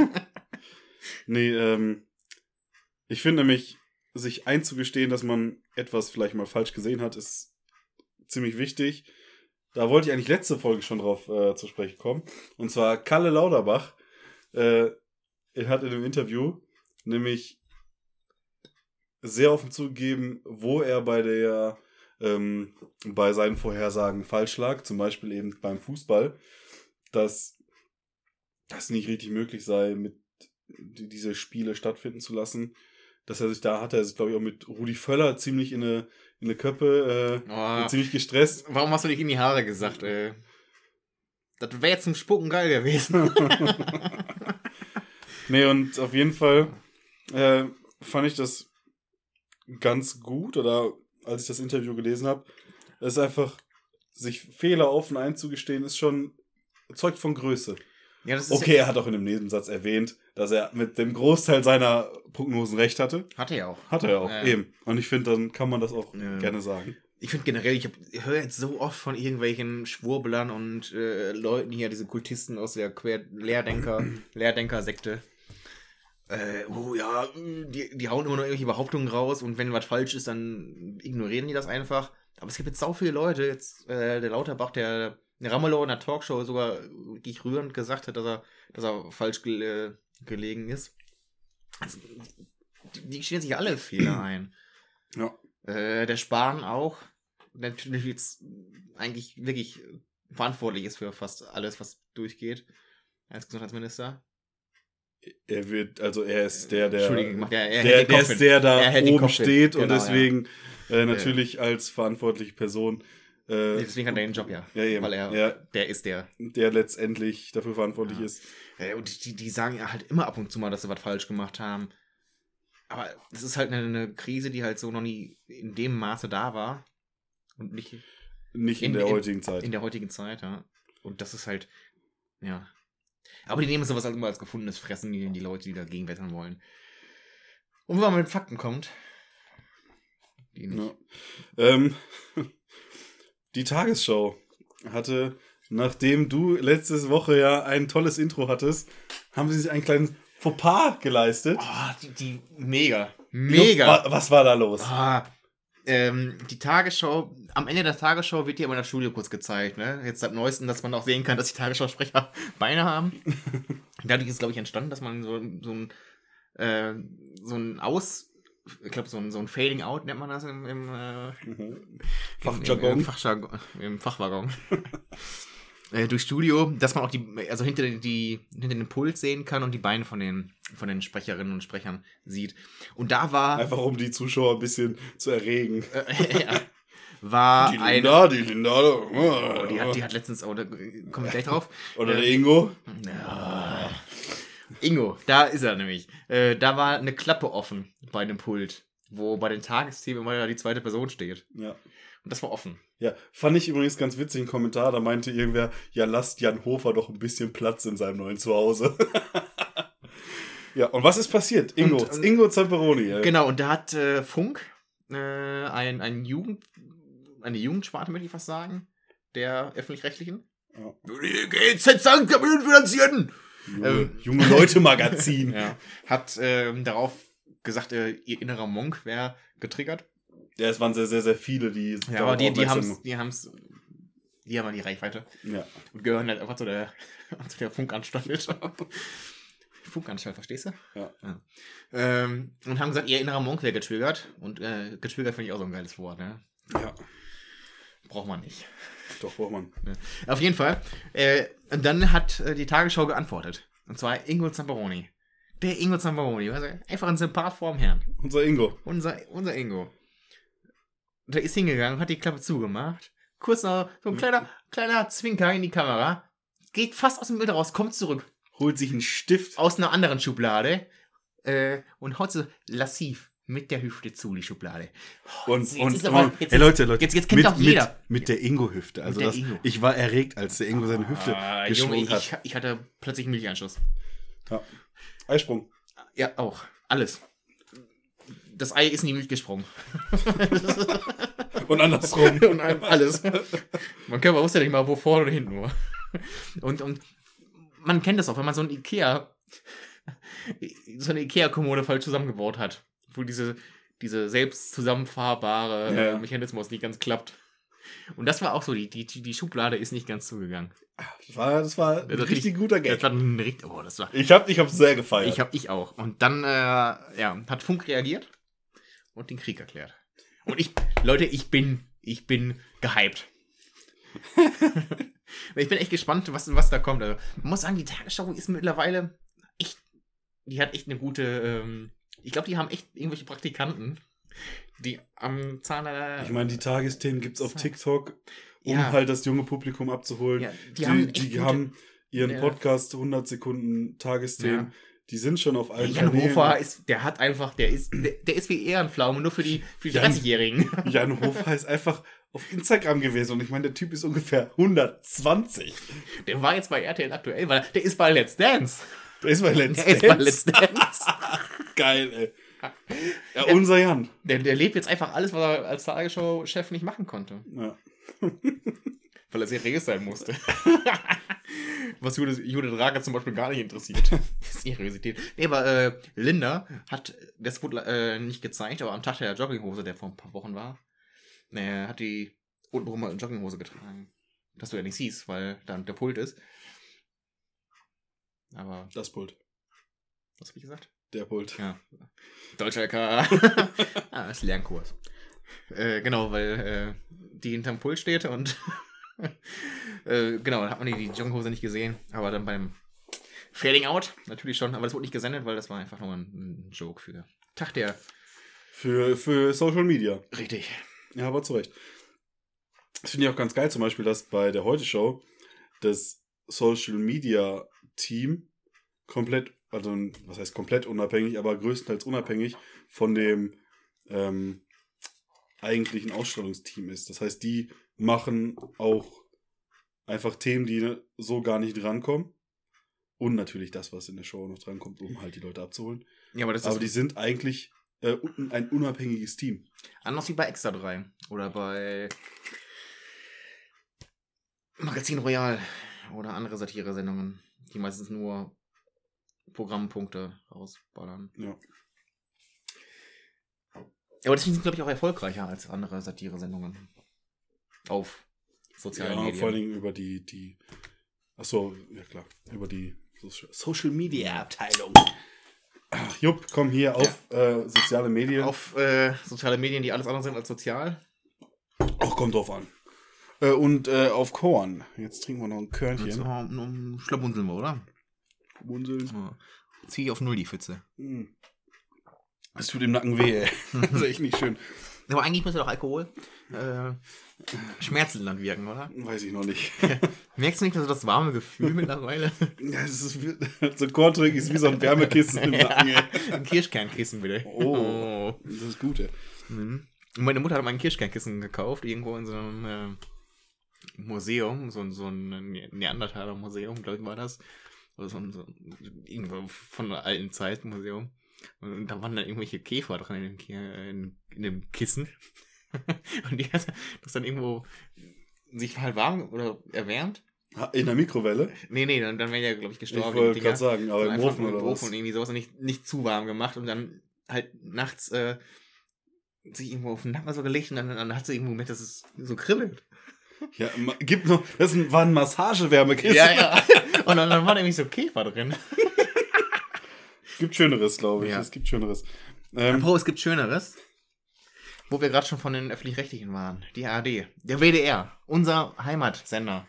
Speaker 2: Nee, ich finde nämlich, sich einzugestehen, dass man etwas vielleicht mal falsch gesehen hat, ist ziemlich wichtig. Da wollte ich eigentlich letzte Folge schon drauf zu sprechen kommen. Und zwar Kalle Lauterbach. Er hat in einem Interview nämlich sehr offen zugegeben, wo er bei seinen Vorhersagen falsch lag. Zum Beispiel eben beim Fußball, dass das nicht richtig möglich sei, diese Spiele stattfinden zu lassen. Dass er sich glaube ich, auch mit Rudi Völler ziemlich in eine Köppe ziemlich gestresst.
Speaker 3: Warum hast du dich in die Haare gesagt, ey? Das wäre jetzt zum Spucken geil gewesen.
Speaker 2: Nee, und auf jeden Fall fand ich das ganz gut, oder als ich das Interview gelesen habe, ist einfach, sich Fehler offen einzugestehen, ist schon, zeugt von Größe.
Speaker 3: Ja, das ist
Speaker 2: okay, er hat auch in dem Nebensatz erwähnt, dass er mit dem Großteil seiner Prognosen recht hatte.
Speaker 3: Hat er ja auch.
Speaker 2: Hat er ja auch, eben. Und ich finde, dann kann man das auch gerne sagen.
Speaker 3: Ich finde generell, ich höre jetzt so oft von irgendwelchen Schwurblern und Leuten hier, diese Kultisten aus der Lehrdenker-Sekte. Die hauen immer noch irgendwelche Behauptungen raus und wenn was falsch ist, dann ignorieren die das einfach. Aber es gibt jetzt so viele Leute, jetzt der Lauterbach, der Ramelow in der Talkshow sogar wirklich rührend gesagt hat, dass er falsch gelegen ist. Also, die stellen sich alle Fehler ein.
Speaker 2: Ja.
Speaker 3: Der Spahn auch, der natürlich jetzt eigentlich wirklich verantwortlich ist für fast alles, was durchgeht, als Gesundheitsminister.
Speaker 2: Er ist der oben steht und deswegen natürlich als verantwortliche Person.
Speaker 3: Deswegen hat er den Job, ja.
Speaker 2: Eben.
Speaker 3: Weil der ist der.
Speaker 2: Der letztendlich dafür verantwortlich ist.
Speaker 3: Und die sagen halt immer ab und zu mal, dass sie was falsch gemacht haben. Aber das ist halt eine Krise, die halt so noch nie in dem Maße da war. Und nicht
Speaker 2: in der heutigen Zeit.
Speaker 3: In der heutigen Zeit, ja. Und das ist halt, ja. Aber die nehmen sowas halt immer als gefundenes Fressen, die Leute, die dagegen wettern wollen. Und wenn man mit Fakten kommt, die nicht.
Speaker 2: Ja. Die Tagesschau hatte, nachdem du letzte Woche ja ein tolles Intro hattest, haben sie sich einen kleinen Fauxpas geleistet.
Speaker 3: Oh, die mega. Mega.
Speaker 2: Was war da los?
Speaker 3: die Tagesschau, am Ende der Tagesschau wird dir immer das Studio kurz gezeigt, ne? Jetzt seit neuestem, dass man auch sehen kann, dass die Tagesschausprecher Beine haben. Dadurch ist, glaube ich, entstanden, dass man so ein ich glaube, so ein Fading Out nennt man das
Speaker 2: Fachjargon.
Speaker 3: Im Fachwaggon. Durch Studio, dass man auch hinter den Pult sehen kann und die Beine von den Sprecherinnen und Sprechern sieht. Und da war...
Speaker 2: Einfach um die Zuschauer ein bisschen zu erregen.
Speaker 3: Ja, war
Speaker 2: die Linda.
Speaker 3: Oh, die hat letztens... Oh, da komme ich gleich drauf.
Speaker 2: Oder der Ingo.
Speaker 3: Ja. Ingo, da ist er nämlich. Da war eine Klappe offen bei dem Pult, wo bei den Tagesthemen immer die zweite Person steht.
Speaker 2: Ja.
Speaker 3: Und das war offen.
Speaker 2: Ja, fand ich übrigens ganz witzig, ein Kommentar, da meinte irgendwer, ja, lasst Jan Hofer doch ein bisschen Platz in seinem neuen Zuhause. Ja, und was ist passiert? Ingo Zamperoni.
Speaker 3: Genau, und da hat Funk eine Jugendsparte, möchte ich fast sagen, der Öffentlich-Rechtlichen.
Speaker 2: Ja.
Speaker 3: GZ St. finanzieren!
Speaker 2: Junge Leute-Magazin.
Speaker 3: Ja, hat darauf gesagt, ihr innerer Monk wäre getriggert.
Speaker 2: Ja, es waren sehr, sehr, sehr viele, die...
Speaker 3: Ja, aber die haben die Reichweite.
Speaker 2: Ja.
Speaker 3: Und gehören halt einfach zu der Funkanstalt. Funkanstalt, verstehst du?
Speaker 2: Ja.
Speaker 3: Und haben gesagt, ihr innerer Monk wäre getriggert. Und getriggert finde ich auch so ein geiles Wort, ne?
Speaker 2: Ja.
Speaker 3: Braucht man nicht.
Speaker 2: Doch, braucht man.
Speaker 3: Ja. Auf jeden Fall. Und dann hat die Tagesschau geantwortet. Und zwar Ingo Zamperoni. Der Ingo Zamperoni. Also einfach ein Sympath vorm Herrn.
Speaker 2: Unser Ingo.
Speaker 3: Unser Ingo. Der ist hingegangen, hat die Klappe zugemacht. Kurz noch so ein kleiner Zwinker in die Kamera. Geht fast aus dem Bild raus, kommt zurück.
Speaker 2: Holt sich einen Stift.
Speaker 3: Aus einer anderen Schublade. Und haut so lassiv mit der Hüfte zu, die Schublade.
Speaker 2: Hey Leute.
Speaker 3: Jetzt kennt auch jeder.
Speaker 2: Mit der Ingo-Hüfte. Also
Speaker 3: Ingo.
Speaker 2: Ich war erregt, als der Ingo seine Hüfte geschwungen hat.
Speaker 3: Ich hatte plötzlich einen Milcheinschuss.
Speaker 2: Ja. Eisprung.
Speaker 3: Ja, auch. Alles. Das Ei ist in die Milch gesprungen.
Speaker 2: Und andersrum.
Speaker 3: Und alles. Man wusste ja nicht mal, wo vorne oder hinten war. Und man kennt das auch, wenn man so eine Ikea-Kommode falsch zusammengebaut hat. Wo diese selbst zusammenfahrbare Mechanismus nicht ganz klappt. Und das war auch so, die Schublade ist nicht ganz zugegangen.
Speaker 2: Das war ein richtig guter Gag. Ich hab's sehr gefeiert.
Speaker 3: Ich auch. Und dann hat Funk reagiert und den Krieg erklärt. Und ich bin gehypt. Ich bin echt gespannt, was da kommt. Also, man muss sagen, die Tagesschau ist mittlerweile die hat echt eine gute, ich glaube, die haben echt irgendwelche Praktikanten, die am Zahn der...
Speaker 2: Ich meine, die Tagesthemen gibt's auf TikTok, halt das junge Publikum abzuholen. Ja, die haben ihren Podcast 100 Sekunden Tagesthemen. Ja. Die sind schon auf allen
Speaker 3: Jan Hofer ist wie Ehrenpflaume, nur für die 30-Jährigen.
Speaker 2: Jan Hofer ist einfach auf Instagram gewesen und ich meine, der Typ ist ungefähr 120.
Speaker 3: Der war jetzt bei RTL aktuell, weil der ist bei Let's Dance.
Speaker 2: Der ist bei Let's Dance. Geil, ey. Ja, unser Jan.
Speaker 3: Der lebt jetzt einfach alles, was er als Tagesschau-Chef nicht machen konnte.
Speaker 2: Ja.
Speaker 3: Weil er seriös sein musste. Was Judith Rager zum Beispiel gar nicht interessiert. Seriosität. Nee, aber Linda hat, das wurde nicht gezeigt, aber am Tag der Jogginghose, der vor ein paar Wochen war, hat die untenrum mal eine Jogginghose getragen. Dass du ja nicht siehst, weil da der Pult ist. Aber...
Speaker 2: Das Pult.
Speaker 3: Was hab ich gesagt?
Speaker 2: Der Pult.
Speaker 3: Ja. Deutscher LK. Das ist Lernkurs. Genau, weil die hinterm Pult steht und genau, dann hat man die Jogginghose nicht gesehen, aber dann beim Fading Out natürlich schon, aber das wurde nicht gesendet, weil das war einfach nur ein Joke für Tag der...
Speaker 2: Für Social Media.
Speaker 3: Richtig.
Speaker 2: Ja, aber zu Recht. Das finde ich auch ganz geil, zum Beispiel, dass bei der Heute-Show das Social Media Team komplett, also was heißt komplett unabhängig, aber größtenteils unabhängig von dem eigentlichen Ausstrahlungsteam ist. Das heißt, die machen auch einfach Themen, die so gar nicht drankommen. Und natürlich das, was in der Show noch drankommt, um halt die Leute abzuholen. Ja, aber die sind eigentlich ein unabhängiges Team.
Speaker 3: Anders wie bei Extra 3 oder bei Magazin Royal oder andere Satire-Sendungen, die meistens nur Programmpunkte rausballern.
Speaker 2: Ja.
Speaker 3: Aber deswegen sind, glaube ich, auch erfolgreicher als andere Satire-Sendungen. Auf sozialen
Speaker 2: Ja,
Speaker 3: Medien.
Speaker 2: vor allen Dingen über die achso, ja klar, über die Social Media Abteilung. Ach, Jupp, komm hier auf soziale Medien.
Speaker 3: Auf soziale Medien, die alles andere sind als sozial.
Speaker 2: Ach, kommt drauf an. Und auf Korn. Jetzt trinken wir noch ein Körnchen.
Speaker 3: Jetzt schlabunzeln wir, oder?
Speaker 2: Bunseln.
Speaker 3: Ja. Zieh ich auf Null die Pfütze.
Speaker 2: Es tut im Nacken weh, ey. Das ist echt nicht schön.
Speaker 3: Aber eigentlich müsste doch Alkohol schmerzlindernd wirken, oder?
Speaker 2: Weiß ich noch nicht.
Speaker 3: Merkst du nicht so das warme Gefühl mittlerweile?
Speaker 2: Ja, es ist so ein Korntrinken ist wie so ein Wärmekissen im Nacken, ey.
Speaker 3: Ein Kirschkernkissen, bitte.
Speaker 2: Oh, das ist das Gute.
Speaker 3: Mhm. Und meine Mutter hat mal ein Kirschkernkissen gekauft, irgendwo in so einem Museum, so ein Neandertaler-Museum, glaube ich, war das. Oder irgendwo von einer alten Zeit Museum. Und da waren dann irgendwelche Käfer drin in dem Kissen. Und die hat das dann irgendwo sich halt warm oder erwärmt.
Speaker 2: In der Mikrowelle?
Speaker 3: Nee, dann wären ja, glaube ich, gestorben.
Speaker 2: Ich wollte gerade sagen, aber im Ofen oder was?
Speaker 3: Und irgendwie sowas und nicht zu warm gemacht und dann halt nachts sich irgendwo auf den Nacken so gelegt und dann hat sie irgendwo gemerkt, dass es so kribbelt.
Speaker 2: Ja, gibt noch, war ein Massagewärmekissen.
Speaker 3: Ja. Und dann war nämlich so Käfer drin.
Speaker 2: Es gibt Schöneres, glaube ich.
Speaker 3: Ja.
Speaker 2: Es gibt Schöneres.
Speaker 3: Es gibt Schöneres. Wo wir gerade schon von den Öffentlich-Rechtlichen waren. Die ARD. Der WDR. Unser Heimatsender.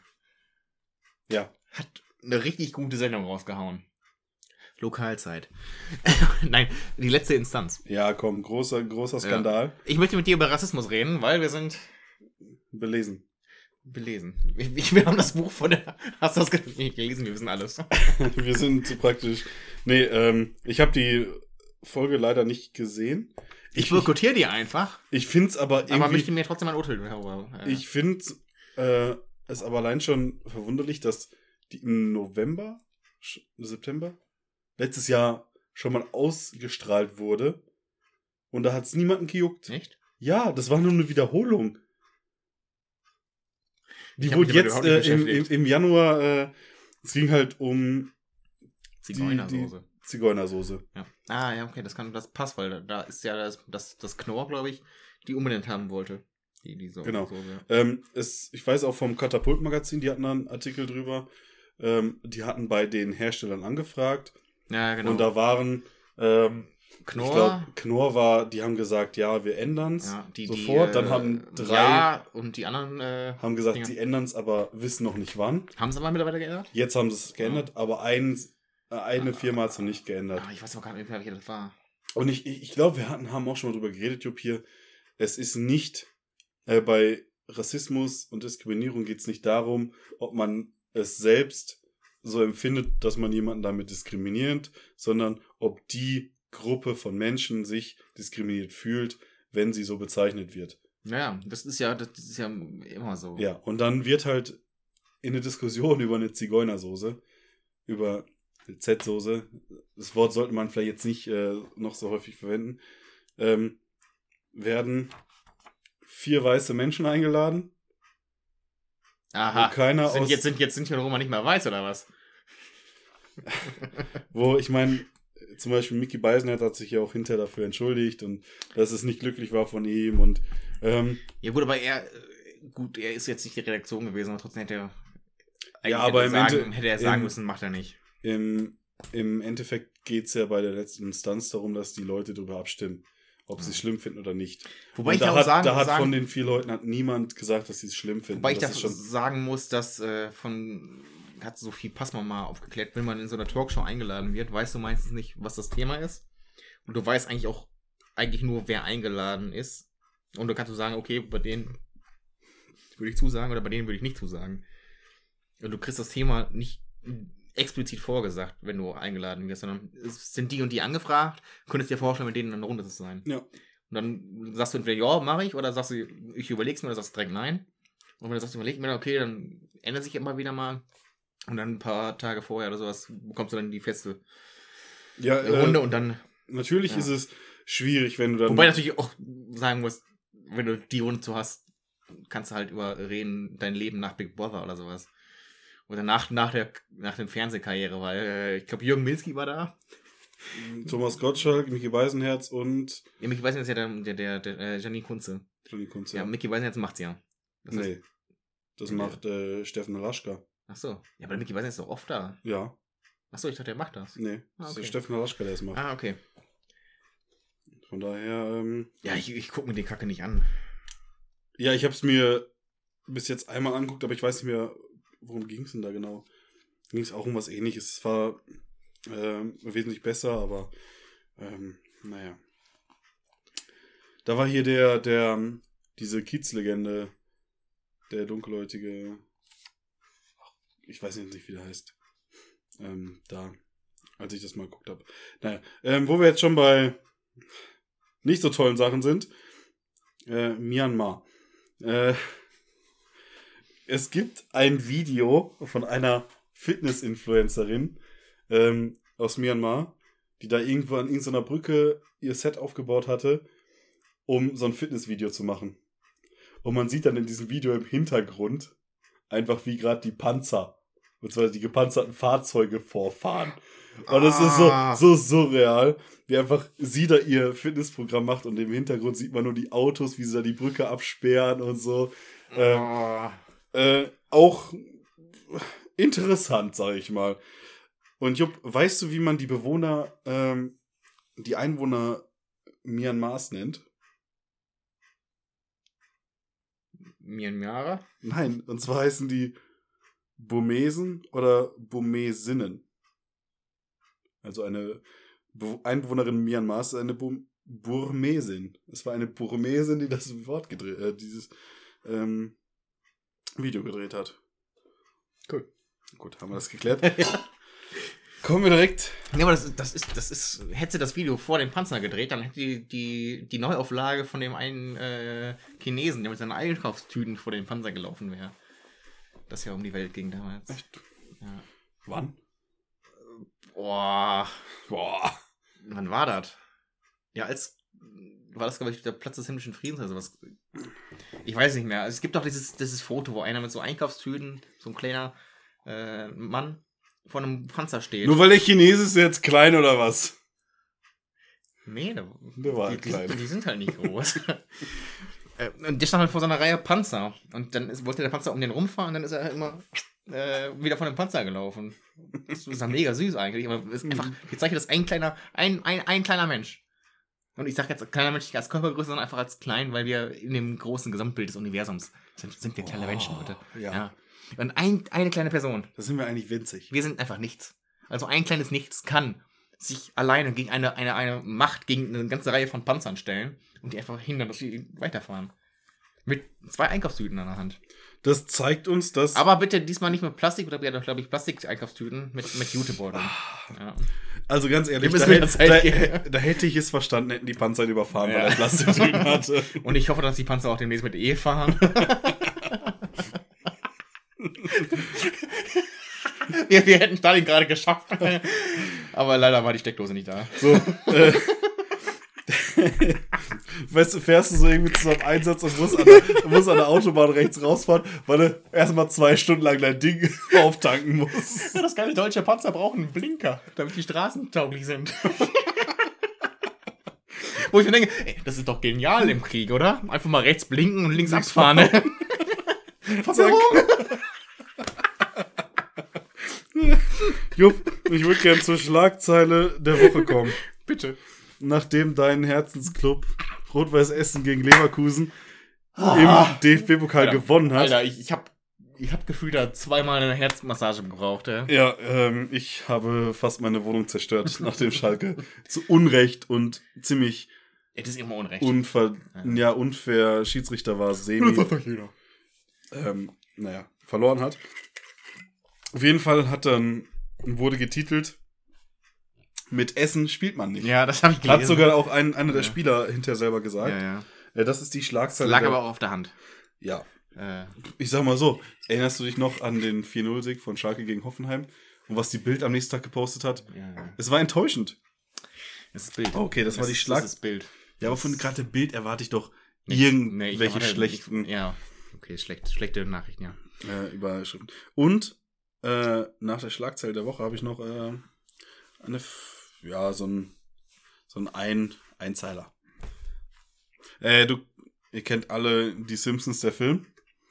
Speaker 2: Ja.
Speaker 3: Hat eine richtig gute Sendung rausgehauen. Lokalzeit. Nein, die letzte Instanz.
Speaker 2: Ja, komm, großer Skandal.
Speaker 3: Ja. Ich möchte mit dir über Rassismus reden, weil wir sind
Speaker 2: Belesen.
Speaker 3: Wir haben das Buch von der... Hast du das gelesen? Wir wissen alles.
Speaker 2: Wir sind praktisch... Nee, ich habe die Folge leider nicht gesehen.
Speaker 3: Ich boykottiere die einfach.
Speaker 2: Ich finde es aber irgendwie...
Speaker 3: Aber möchte mir trotzdem ein Urteil darüber.
Speaker 2: Ich finde es aber allein schon verwunderlich, dass die im November, September, letztes Jahr schon mal ausgestrahlt wurde. Und da hat es niemanden gejuckt.
Speaker 3: Echt?
Speaker 2: Ja, das war nur eine Wiederholung. Die
Speaker 3: Ich
Speaker 2: wurde
Speaker 3: hab mich
Speaker 2: jetzt
Speaker 3: damit überhaupt nicht beschäftigt.
Speaker 2: im Januar, es ging halt um
Speaker 3: Zigeunersoße.
Speaker 2: Zigeunersoße.
Speaker 3: Ja. Ah, ja, okay, das passt, weil da ist ja das Knorr, glaube ich, die umbenannt haben wollte. Die so,
Speaker 2: Genau.
Speaker 3: Soße, ja.
Speaker 2: Ich weiß auch vom Katapult-Magazin, die hatten da einen Artikel drüber. Die hatten bei den Herstellern angefragt.
Speaker 3: Ja, genau.
Speaker 2: Und da waren, ich glaube, Knorr die haben gesagt, ja, wir ändern's sofort. Dann haben 3
Speaker 3: Ja, und die anderen
Speaker 2: haben gesagt,
Speaker 3: Dinger.
Speaker 2: sie ändern es, aber wissen noch nicht wann.
Speaker 3: Haben sie aber mittlerweile geändert?
Speaker 2: Jetzt haben sie es geändert, aber eine Firma hat es noch nicht geändert.
Speaker 3: Ich weiß auch gar nicht mehr, welche das war.
Speaker 2: Und ich glaube, wir haben auch schon mal drüber geredet, Jupp, hier. Es ist nicht, bei Rassismus und Diskriminierung geht es nicht darum, ob man es selbst so empfindet, dass man jemanden damit diskriminiert, sondern ob die Gruppe von Menschen sich diskriminiert fühlt, wenn sie so bezeichnet wird.
Speaker 3: Naja, das ist ja immer so.
Speaker 2: Ja, und dann wird halt in eine Diskussion über eine Zigeunersoße, über eine Z-Soße, das Wort sollte man vielleicht jetzt nicht noch so häufig verwenden, werden 4 weiße Menschen eingeladen.
Speaker 3: Aha.
Speaker 2: Wo keiner
Speaker 3: Jetzt sind wir Roma nicht mehr weiß, oder was?
Speaker 2: Wo, ich meine, zum Beispiel Mickey Beisenherz hat sich ja auch hinterher dafür entschuldigt und dass es nicht glücklich war von ihm und
Speaker 3: ja gut, aber er ist jetzt nicht die Redaktion gewesen, aber trotzdem hätte er sagen müssen, macht er nicht.
Speaker 2: Im Endeffekt geht es ja bei der letzten Instanz darum, dass die Leute darüber abstimmen, ob sie es schlimm finden oder nicht.
Speaker 3: Wobei
Speaker 2: und
Speaker 3: ich auch sagen
Speaker 2: hat von den 4 Leuten hat niemand gesagt, dass sie es schlimm finden.
Speaker 3: Wobei ich das schon sagen muss, dass hat Sophie Passmann mal aufgeklärt, wenn man in so einer Talkshow eingeladen wird, weißt du meistens nicht, was das Thema ist. Und du weißt eigentlich nur, wer eingeladen ist. Und dann kannst du sagen, okay, bei denen würde ich zusagen oder bei denen würde ich nicht zusagen. Und du kriegst das Thema nicht explizit vorgesagt, wenn du eingeladen wirst, sondern es sind die und die angefragt, könntest dir vorstellen, mit denen in einer Runde zu sein.
Speaker 2: Ja.
Speaker 3: Und dann sagst du entweder, ja, mache ich, oder sagst du, ich überleg's mir, oder sagst du direkt nein. Und wenn du sagst, überleg mir, okay, dann ändert sich immer wieder mal. Und dann ein paar Tage vorher oder sowas bekommst du dann die feste Runde und dann...
Speaker 2: Natürlich ist es schwierig, wenn du dann...
Speaker 3: Wobei natürlich auch sagen musst, wenn du die Runde zu hast, kannst du halt überreden, dein Leben nach Big Brother oder sowas. Oder nach der Fernsehkarriere, weil ich glaube, Jürgen Milski war da.
Speaker 2: Thomas Gottschalk, Micky Beisenherz und
Speaker 3: Ja, Micky Beisenherz ist ja der Janine Kunze.
Speaker 2: Johnny Kunze.
Speaker 3: Ja, Micky Beisenherz macht's ja. Das heißt,
Speaker 2: Nee. Das macht Steffen Halaschka.
Speaker 3: Achso. Ja, aber Micky Beisenherz ist doch oft da.
Speaker 2: Ja.
Speaker 3: Achso, ich dachte, der macht das.
Speaker 2: Nee. Das
Speaker 3: Ah, okay.
Speaker 2: ist Steffen Halaschka, der es macht.
Speaker 3: Ah, okay.
Speaker 2: Von daher,
Speaker 3: Ja, ich gucke mir die Kacke nicht an.
Speaker 2: ja, ich habe es mir bis jetzt einmal angeguckt, aber ich weiß nicht mehr, worum ging es denn da genau. Ging es auch um was Ähnliches. Es war wesentlich besser, aber naja. Da war hier diese Kiez-Legende, der dunkelhäutige, ich weiß nicht, wie der heißt, da, als ich das mal geguckt habe. Naja, wo wir jetzt schon bei nicht so tollen Sachen sind, Myanmar. Es gibt ein Video von einer Fitness-Influencerin aus Myanmar, die da irgendwo an irgendeiner Brücke ihr Set aufgebaut hatte, um so ein Fitnessvideo zu machen. Und man sieht dann in diesem Video im Hintergrund einfach, wie gerade die Panzer, beziehungsweise die gepanzerten Fahrzeuge vorfahren. Und es ist so surreal, wie einfach sie da ihr Fitnessprogramm macht und im Hintergrund sieht man nur die Autos, wie sie da die Brücke absperren und so. Auch interessant, sag ich mal. Und Jupp, weißt du, wie man die Einwohner Myanmars nennt?
Speaker 3: Myanmar?
Speaker 2: Nein, und zwar heißen die Burmesen oder Burmesinnen. Also eine Einwohnerin Myanmars ist eine Burmesin. Es war eine Burmesin, die das dieses Video gedreht hat.
Speaker 3: Cool.
Speaker 2: Gut, haben wir das geklärt. Kommen wir direkt.
Speaker 3: Ja, aber das ist, hätte sie das Video vor dem Panzer gedreht, dann hätte die Neuauflage von dem einen Chinesen, der mit seinen Einkaufstüten vor dem Panzer gelaufen wäre. Das ja um die Welt ging damals.
Speaker 2: Echt?
Speaker 3: Ja.
Speaker 2: Wann?
Speaker 3: Boah. Wann war das? Ja, war das, glaube ich, der Platz des himmlischen Friedens oder sowas. Ich weiß nicht mehr. Also, es gibt doch dieses Foto, wo einer mit so Einkaufstüten, so ein kleiner Mann vor einem Panzer steht.
Speaker 2: Nur weil der Chinese ist jetzt klein oder was?
Speaker 3: Nee, der
Speaker 2: war halt klein.
Speaker 3: Die sind halt nicht groß. Und der stand halt vor so einer Reihe Panzer. Und dann wollte der Panzer um den rumfahren und dann ist er halt immer wieder von dem Panzer gelaufen. Das ist ja mega süß eigentlich, aber es ist einfach, ich zeige das ein kleiner Mensch. Und ich sage jetzt kleiner Mensch nicht als Körpergröße, sondern einfach als klein, weil wir in dem großen Gesamtbild des Universums sind wir kleine Menschen, Leute.
Speaker 2: Ja.
Speaker 3: Und eine kleine Person.
Speaker 2: Da sind wir eigentlich winzig.
Speaker 3: Wir sind einfach nichts. Also ein kleines Nichts kann sich alleine gegen eine Macht, gegen eine ganze Reihe von Panzern stellen und die einfach hindern, dass sie weiterfahren. Mit 2 Einkaufstüten an der Hand.
Speaker 2: Das zeigt uns, dass...
Speaker 3: Aber bitte diesmal nicht mit Plastik, oder ja, glaube ich, Plastik-Einkaufstüten mit Jutebeuteln. Ja.
Speaker 2: Also ganz ehrlich, da hätte ich es verstanden, hätten die Panzer ihn überfahren, weil er Plastiktüten hatte.
Speaker 3: Und ich hoffe, dass die Panzer auch demnächst mit fahren. wir hätten Stalin gerade geschafft. Aber leider war die Steckdose nicht da.
Speaker 2: So, weißt du, fährst du so irgendwie zu einem Einsatz und musst an der Autobahn rechts rausfahren, weil du erstmal 2 Stunden lang dein Ding auftanken musst.
Speaker 3: Ja, das geile deutsche Panzer brauchen einen Blinker, damit die Straßen tauglich sind. Wo ich mir denke, ey, das ist doch genial im Krieg, oder? Einfach mal rechts blinken und links abfahren.
Speaker 2: Verwirrung! Jupp, ich würde gerne zur Schlagzeile der Woche kommen.
Speaker 3: Bitte.
Speaker 2: Nachdem dein Herzensclub Rot-Weiß Essen gegen Leverkusen im DFB-Pokal gewonnen hat.
Speaker 3: Alter, ich hab gefühlt da 2-mal eine Herzmassage gebraucht, ja.
Speaker 2: Ja, ich habe fast meine Wohnung zerstört, nachdem Schalke zu Unrecht und ziemlich
Speaker 3: das ist immer Unrecht.
Speaker 2: unfair Schiedsrichter war, verloren hat. Auf jeden Fall wurde getitelt, mit Essen spielt man nicht.
Speaker 3: Ja, das habe ich gelesen.
Speaker 2: Hat sogar auch einer der Spieler hinterher selber gesagt.
Speaker 3: Ja.
Speaker 2: Das ist die Schlagzeile.
Speaker 3: Das lag aber auch auf der Hand.
Speaker 2: Ja. Ich sag mal so, erinnerst du dich noch an den 4-0-Sieg von Schalke gegen Hoffenheim? Und was die Bild am nächsten Tag gepostet hat?
Speaker 3: Ja.
Speaker 2: Es war enttäuschend.
Speaker 3: Das ist Bild.
Speaker 2: Okay, das war die Schlagzeile.
Speaker 3: Das ist Bild.
Speaker 2: Ja, aber von gerade Bild erwarte ich doch
Speaker 3: irgendwelche
Speaker 2: schlechten...
Speaker 3: Ja, okay, schlechte Nachrichten, ja.
Speaker 2: Überschriften. Und nach der Schlagzeile der Woche habe ich noch eine ja, so ein Einzeiler. Ihr kennt alle die Simpsons, der Film,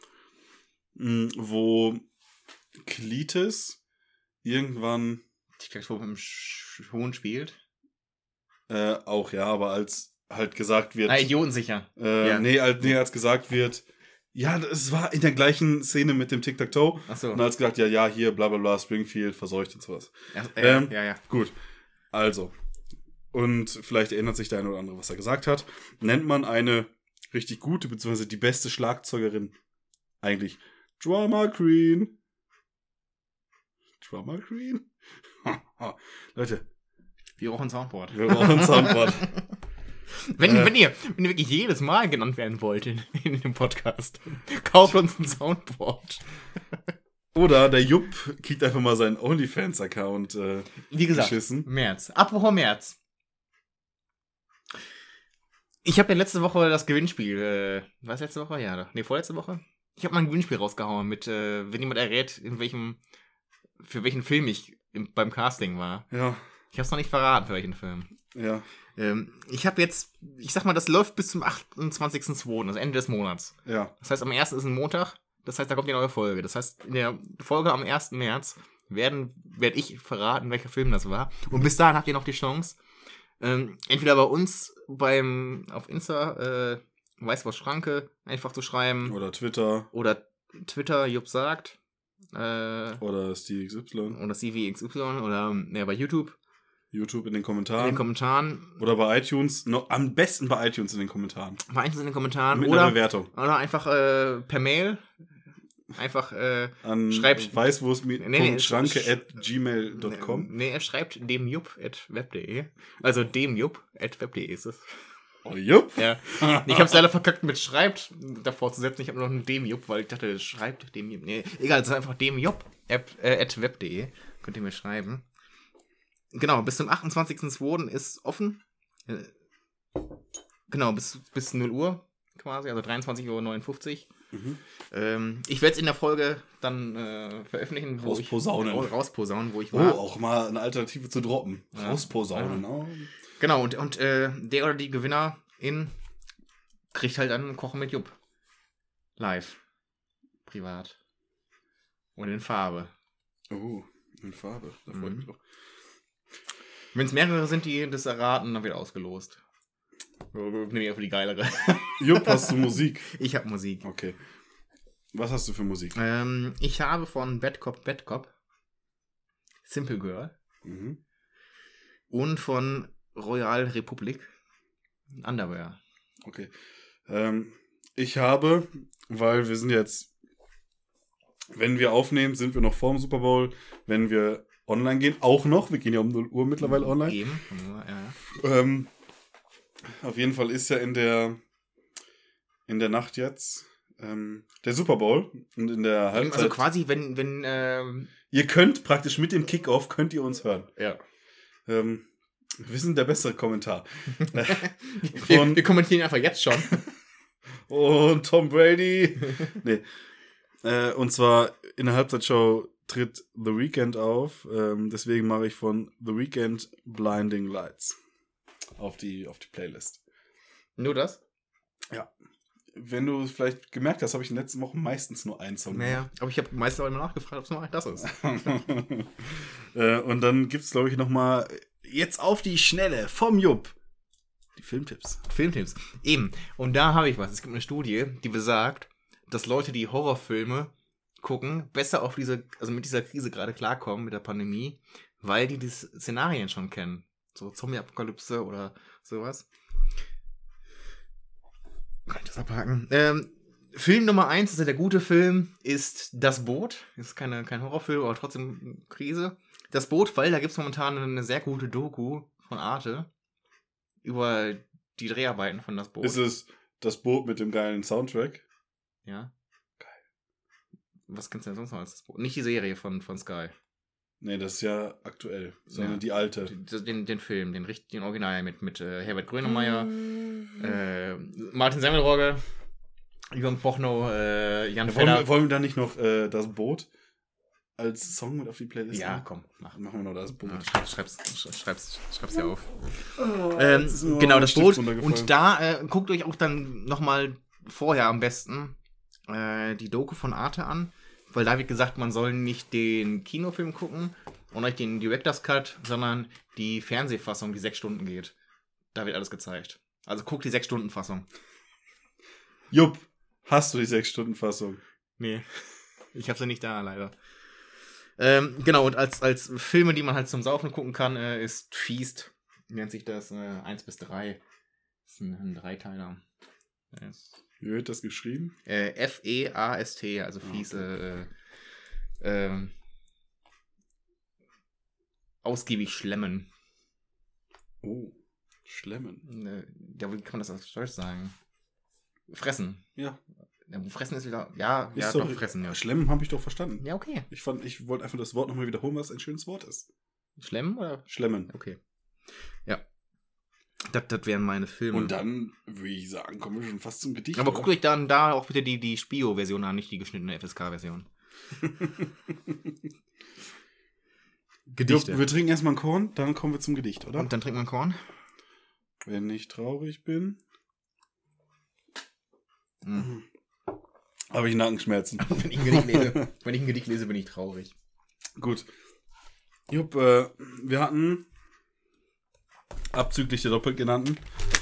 Speaker 2: wo Cletus irgendwann
Speaker 3: Tic-Tac-Toe mit dem Huhn spielt.
Speaker 2: auch, ja, aber als halt gesagt wird...
Speaker 3: idiotensicher.
Speaker 2: als gesagt wird, ja, es war in der gleichen Szene mit dem Tic-Tac-Toe.
Speaker 3: Achso.
Speaker 2: Und als gesagt, ja, hier, bla bla bla, Springfield, verseucht und sowas.
Speaker 3: Ja.
Speaker 2: Gut, also. Und vielleicht erinnert sich der eine oder andere, was er gesagt hat. Nennt man eine richtig gute, beziehungsweise die beste Schlagzeugerin eigentlich Drama Queen. Drama Queen? Leute.
Speaker 3: Wir brauchen ein Soundboard.
Speaker 2: Wir brauchen ein Soundboard.
Speaker 3: Wenn ihr wirklich jedes Mal genannt werden wollt in dem Podcast, kauft uns ein Soundboard.
Speaker 2: Oder der Jupp kriegt einfach mal seinen OnlyFans-Account
Speaker 3: wie gesagt,
Speaker 2: geschissen.
Speaker 3: März. Apropos März. Ich habe ja letzte Woche das Gewinnspiel, war es letzte Woche? Ja, nee, vorletzte Woche? Ich habe mal ein Gewinnspiel rausgehauen mit, wenn jemand errät, für welchen Film ich beim Casting war.
Speaker 2: Ja.
Speaker 3: Ich habe es noch nicht verraten, für welchen Film.
Speaker 2: Ja.
Speaker 3: Ich habe jetzt, ich sag mal, das läuft bis zum 28.02., also Ende des Monats.
Speaker 2: Ja.
Speaker 3: Das heißt, am 1. ist ein Montag, das heißt, da kommt die neue Folge. Das heißt, in der Folge am 1. März werde ich verraten, welcher Film das war. Und bis dahin habt ihr noch die Chance, entweder bei uns auf Insta, Weißwurst Schranke, einfach zu schreiben.
Speaker 2: Oder Twitter.
Speaker 3: Oder Twitter, Jupp sagt.
Speaker 2: Oder SteveXY.
Speaker 3: Oder CVXY. Oder bei YouTube.
Speaker 2: YouTube in den Kommentaren.
Speaker 3: In den Kommentaren.
Speaker 2: Oder bei iTunes. Am besten bei iTunes in den Kommentaren.
Speaker 3: Bei iTunes in den Kommentaren.
Speaker 2: Mit einer Bewertung.
Speaker 3: Oder einfach per Mail. Einfach schreibt
Speaker 2: weißwurst.schranke@gmail.com.
Speaker 3: Nee, er schreibt demjupp@web.de. Also demjupp@web.de ist es.
Speaker 2: Oh, Jupp?
Speaker 3: Ja. Ich hab's leider verkackt mit schreibt davor zu setzen. Ich habe noch einen demjupp, weil ich dachte, schreibt demjupp. Nee, egal, es ist einfach demjupp@web.de. Könnt ihr mir schreiben. Genau, bis zum 28.02. ist offen. Genau, bis 0 Uhr quasi, also 23:59 Uhr. Ich werde es in der Folge dann veröffentlichen, rausposaunen, wo ich war.
Speaker 2: Oh, auch mal eine Alternative zu droppen.
Speaker 3: Ja.
Speaker 2: Rausposaunen.
Speaker 3: Ja.
Speaker 2: Oh.
Speaker 3: Genau, und der oder die Gewinnerin kriegt halt dann Kochen mit Jupp. Live. Privat. Und in Farbe.
Speaker 2: Oh, in Farbe. Da freue ich mich drauf.
Speaker 3: Wenn es mehrere sind, die das erraten, dann wird ausgelost. Nehme ich einfach die geilere.
Speaker 2: Jupp, hast du Musik?
Speaker 3: Ich habe Musik.
Speaker 2: Okay. Was hast du für Musik?
Speaker 3: Ich habe von Bad Cop Simple Girl und von Royal Republic Underwear.
Speaker 2: Okay. Ich habe, weil wir sind jetzt, wenn wir aufnehmen, sind wir noch vorm Super Bowl. Wenn wir online gehen, auch noch. Wir gehen ja um 0 Uhr mittlerweile online.
Speaker 3: Eben, ja.
Speaker 2: Auf jeden Fall ist ja in der Nacht jetzt der Super Bowl und in der Halbzeit.
Speaker 3: Also quasi, wenn
Speaker 2: ihr könnt praktisch mit dem Kickoff könnt ihr uns hören.
Speaker 3: Ja.
Speaker 2: Wir sind der bessere Kommentar.
Speaker 3: Wir kommentieren einfach jetzt schon.
Speaker 2: Und Tom Brady. Nee. Und zwar in der Halbzeitshow tritt The Weeknd auf. Deswegen mache ich von The Weeknd Blinding Lights auf die Playlist.
Speaker 3: Nur das?
Speaker 2: Ja. Wenn du es vielleicht gemerkt hast, habe ich in den letzten Wochen meistens nur einen Song
Speaker 3: gemacht. Naja, aber ich habe meistens auch immer nachgefragt, ob es nur das ist.
Speaker 2: Und dann gibt es, glaube ich, nochmal jetzt auf die Schnelle vom Jupp die Filmtipps.
Speaker 3: Eben. Und da habe ich was. Es gibt eine Studie, die besagt, dass Leute, die Horrorfilme gucken, besser mit dieser Krise gerade klarkommen, mit der Pandemie, weil die Szenarien schon kennen. So Zombie-Apokalypse oder sowas. Kann ich das abhaken? Film Nummer 1, also der gute Film, ist Das Boot. Ist kein Horrorfilm, aber trotzdem Krise. Das Boot, weil da gibt es momentan eine sehr gute Doku von Arte über die Dreharbeiten von Das Boot.
Speaker 2: Ist es Das Boot mit dem geilen Soundtrack?
Speaker 3: Ja. Geil. Was kennst du denn sonst noch als Das Boot? Nicht die Serie von Sky.
Speaker 2: Nee, das ist ja aktuell, sondern die alte.
Speaker 3: Den Film, den Original mit Herbert Grönemeyer, Martin Semmelrogge, Jürgen Pochnow, Jan Fedder.
Speaker 2: Wollen wir da nicht noch Das Boot als Song mit auf die Playlist?
Speaker 3: Ja, komm, mach.
Speaker 2: Machen wir noch das Boot.
Speaker 3: Ja, schreib's dir auf.
Speaker 2: Jetzt ist mir
Speaker 3: Genau,
Speaker 2: mein
Speaker 3: das
Speaker 2: Stift
Speaker 3: Boot.
Speaker 2: runtergefallen.
Speaker 3: Und da guckt euch auch dann nochmal vorher am besten die Doku von Arte an. Weil da wird gesagt, man soll nicht den Kinofilm gucken und nicht den Director's Cut, sondern die Fernsehfassung, die 6 Stunden geht. Da wird alles gezeigt. Also guck die 6-Stunden-Fassung.
Speaker 2: Jupp, hast du die 6-Stunden-Fassung?
Speaker 3: Nee, ich hab sie nicht da, leider. Genau, und als Filme, die man halt zum Saufen gucken kann, ist Feast. Nennt sich das 1 bis 3. Das ist ein Dreiteiler.
Speaker 2: Wie wird das geschrieben?
Speaker 3: F-E-A-S-T, also Feast. Ausgiebig schlemmen.
Speaker 2: Oh, schlemmen.
Speaker 3: Ja, wie kann man das auf Deutsch sagen? Fressen.
Speaker 2: Ja.
Speaker 3: Fressen ist wieder. Ja,
Speaker 2: Ist
Speaker 3: doch, fressen, ja.
Speaker 2: Schlemmen habe ich doch verstanden.
Speaker 3: Ja, okay.
Speaker 2: Ich wollte einfach das Wort nochmal wiederholen, was ein schönes Wort ist.
Speaker 3: Schlemmen oder?
Speaker 2: Schlemmen.
Speaker 3: Okay. Ja. Das wären meine Filme.
Speaker 2: Und dann, würde ich sagen, kommen wir schon fast zum Gedicht.
Speaker 3: Aber guckt euch dann da auch bitte die Spio-Version an, nicht die geschnittene FSK-Version. Gedichte.
Speaker 2: Wir trinken erstmal ein Korn, dann kommen wir zum Gedicht, oder?
Speaker 3: Und dann trinkt man Korn?
Speaker 2: Wenn ich traurig bin, habe ich Nackenschmerzen.
Speaker 3: Wenn ich ein Gedicht lese, bin ich traurig.
Speaker 2: Gut. Jupp, wir hatten abzüglich der doppelt genannten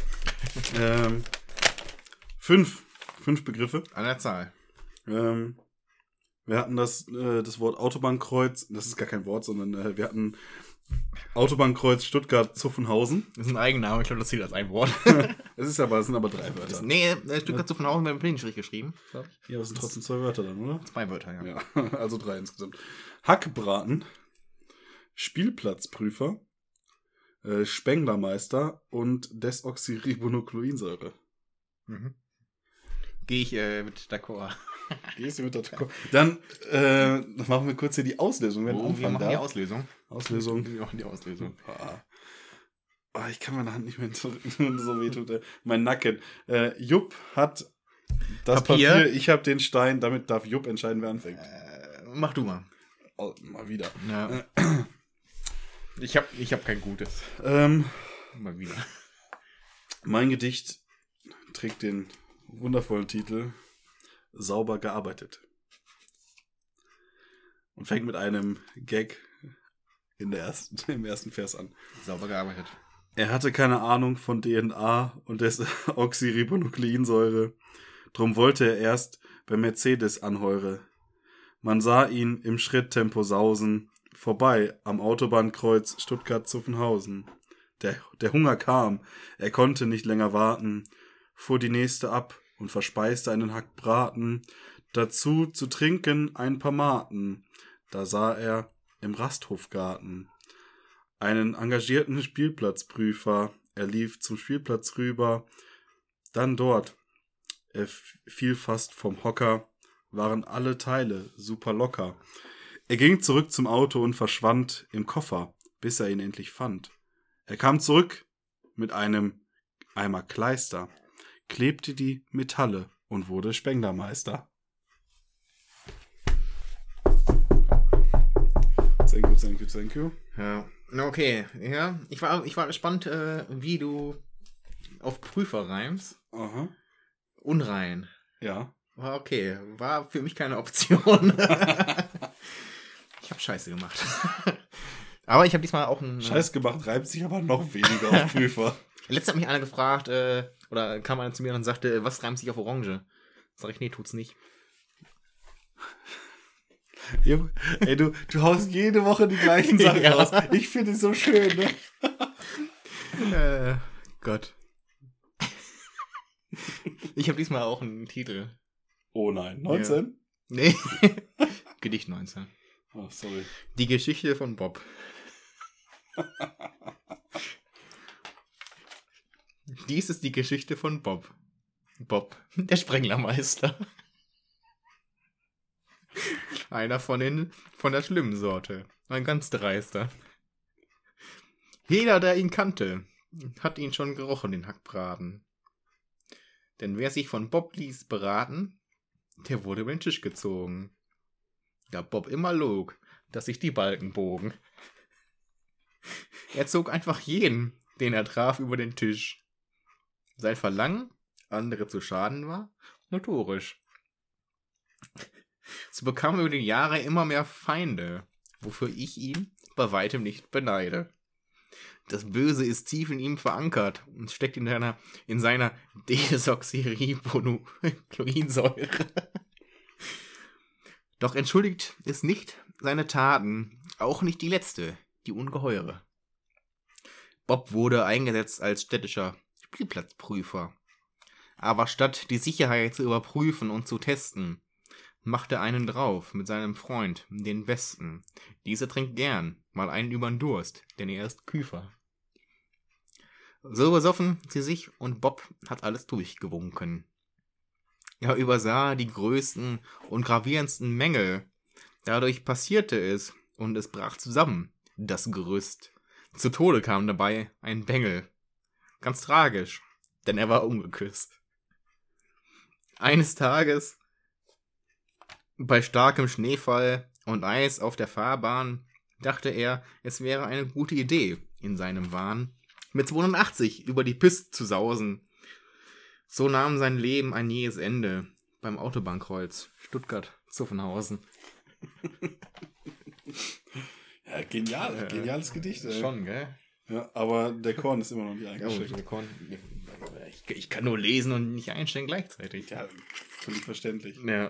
Speaker 2: 5 Begriffe.
Speaker 3: An der Zahl.
Speaker 2: Wir hatten das Wort Autobahnkreuz, das ist gar kein Wort, sondern wir hatten Autobahnkreuz Stuttgart-Zuffenhausen.
Speaker 3: Das ist ein Eigenname, ich glaube, das zählt als ein Wort.
Speaker 2: Es sind aber 3 Wörter.
Speaker 3: Nee, Stuttgart-Zuffenhausen wird mit Pinselstrich geschrieben, glaube ich.
Speaker 2: Ja, das sind trotzdem 2 Wörter dann, oder?
Speaker 3: 2 Wörter, ja.
Speaker 2: Ja, also 3 insgesamt. Hackbraten, Spielplatzprüfer, Spenglermeister und Desoxyribonukleinsäure.
Speaker 3: Mhm. Gehe ich mit d'accord.
Speaker 2: Gehst du mit der Dann machen wir kurz hier die Auslösung.
Speaker 3: Wir machen die Auslösung.
Speaker 2: Auslösung.
Speaker 3: Wir machen die Auslösung.
Speaker 2: Ich kann meine Hand nicht mehr so wehtut. Mein Nacken. Jupp hat das Papier, ich habe den Stein. Damit darf Jupp entscheiden, wer anfängt.
Speaker 3: Mach du mal.
Speaker 2: Oh, mal wieder.
Speaker 3: Ja. Ich hab kein Gutes. Mal wieder.
Speaker 2: Mein Gedicht trägt den wundervollen Titel Sauber gearbeitet. Und fängt mit einem Gag im ersten Vers an.
Speaker 3: Sauber gearbeitet.
Speaker 2: Er hatte keine Ahnung von DNA und Desoxyribonukleinsäure. Drum wollte er erst bei Mercedes anheure. Man sah ihn im Schritttempo sausen, vorbei am Autobahnkreuz Stuttgart-Zuffenhausen. Der Hunger kam, er konnte nicht länger warten, fuhr die nächste ab und verspeiste einen Hackbraten, dazu zu trinken ein paar Maten. Da sah er im Rasthofgarten einen engagierten Spielplatzprüfer. Er lief zum Spielplatz rüber, dann dort. Er fiel fast vom Hocker, waren alle Teile super locker. Er ging zurück zum Auto und verschwand im Koffer, bis er ihn endlich fand. Er kam zurück mit einem Eimer Kleister, klebte die Metalle und wurde Spenglermeister. Thank you.
Speaker 3: Ja. Okay, ja. Ich war gespannt, wie du auf Prüfer reimst.
Speaker 2: Aha.
Speaker 3: Unrein.
Speaker 2: Ja.
Speaker 3: War okay. War für mich keine Option. Ich habe Scheiße gemacht. Aber ich habe diesmal auch einen...
Speaker 2: Scheiß gemacht, reibt sich aber noch weniger auf Prüfer.
Speaker 3: Letztens hat mich einer gefragt, oder kam einer zu mir und sagte, was reimt sich auf Orange? Sag ich, nee, tut's nicht.
Speaker 2: Ey, du haust jede Woche die gleichen Sachen raus. Ich finde es so schön, ne?
Speaker 3: Gott. Ich habe diesmal auch einen Titel.
Speaker 2: Oh nein, 19?
Speaker 3: Ja. Nee. Gedicht 19.
Speaker 2: Oh, sorry.
Speaker 3: Die Geschichte von Bob. Dies ist die Geschichte von Bob. Bob, der Sprenglermeister. Einer von der schlimmen Sorte. Ein ganz dreister. Jeder, der ihn kannte, hat ihn schon gerochen, den Hackbraten. Denn wer sich von Bob ließ beraten, der wurde über den Tisch gezogen. Da Bob immer log, dass sich die Balken bogen. Er zog einfach jeden, den er traf, über den Tisch. Sein Verlangen, andere zu schaden, war notorisch. So bekam er über die Jahre immer mehr Feinde, wofür ich ihn bei weitem nicht beneide. Das Böse ist tief in ihm verankert und steckt in seiner Desoxyribonukleinsäure. Doch entschuldigt es nicht seine Taten, auch nicht die letzte, die ungeheure. Bob wurde eingesetzt als städtischer Spielplatzprüfer. Aber statt die Sicherheit zu überprüfen und zu testen, machte einen drauf mit seinem Freund, den Besten. Dieser trinkt gern mal einen übern Durst, denn er ist Küfer. So besoffen sie sich und Bob hat alles durchgewunken. Er übersah die größten und gravierendsten Mängel. Dadurch passierte es und es brach zusammen, das Gerüst. Zu Tode kam dabei ein Bengel. Ganz tragisch, denn er war ungeküsst. Eines Tages, bei starkem Schneefall und Eis auf der Fahrbahn, dachte er, es wäre eine gute Idee, in seinem Wahn mit 82 über die Piste zu sausen. So nahm sein Leben ein jähes Ende beim Autobahnkreuz Stuttgart-Zuffenhausen.
Speaker 2: Ja, geniales Gedicht.
Speaker 3: Schon, gell?
Speaker 2: Ja, aber der Korn ist immer noch nicht eingeschenkt.
Speaker 3: Der Korn, ich kann nur lesen und nicht einstellen gleichzeitig.
Speaker 2: Ja, völlig verständlich.
Speaker 3: Ja.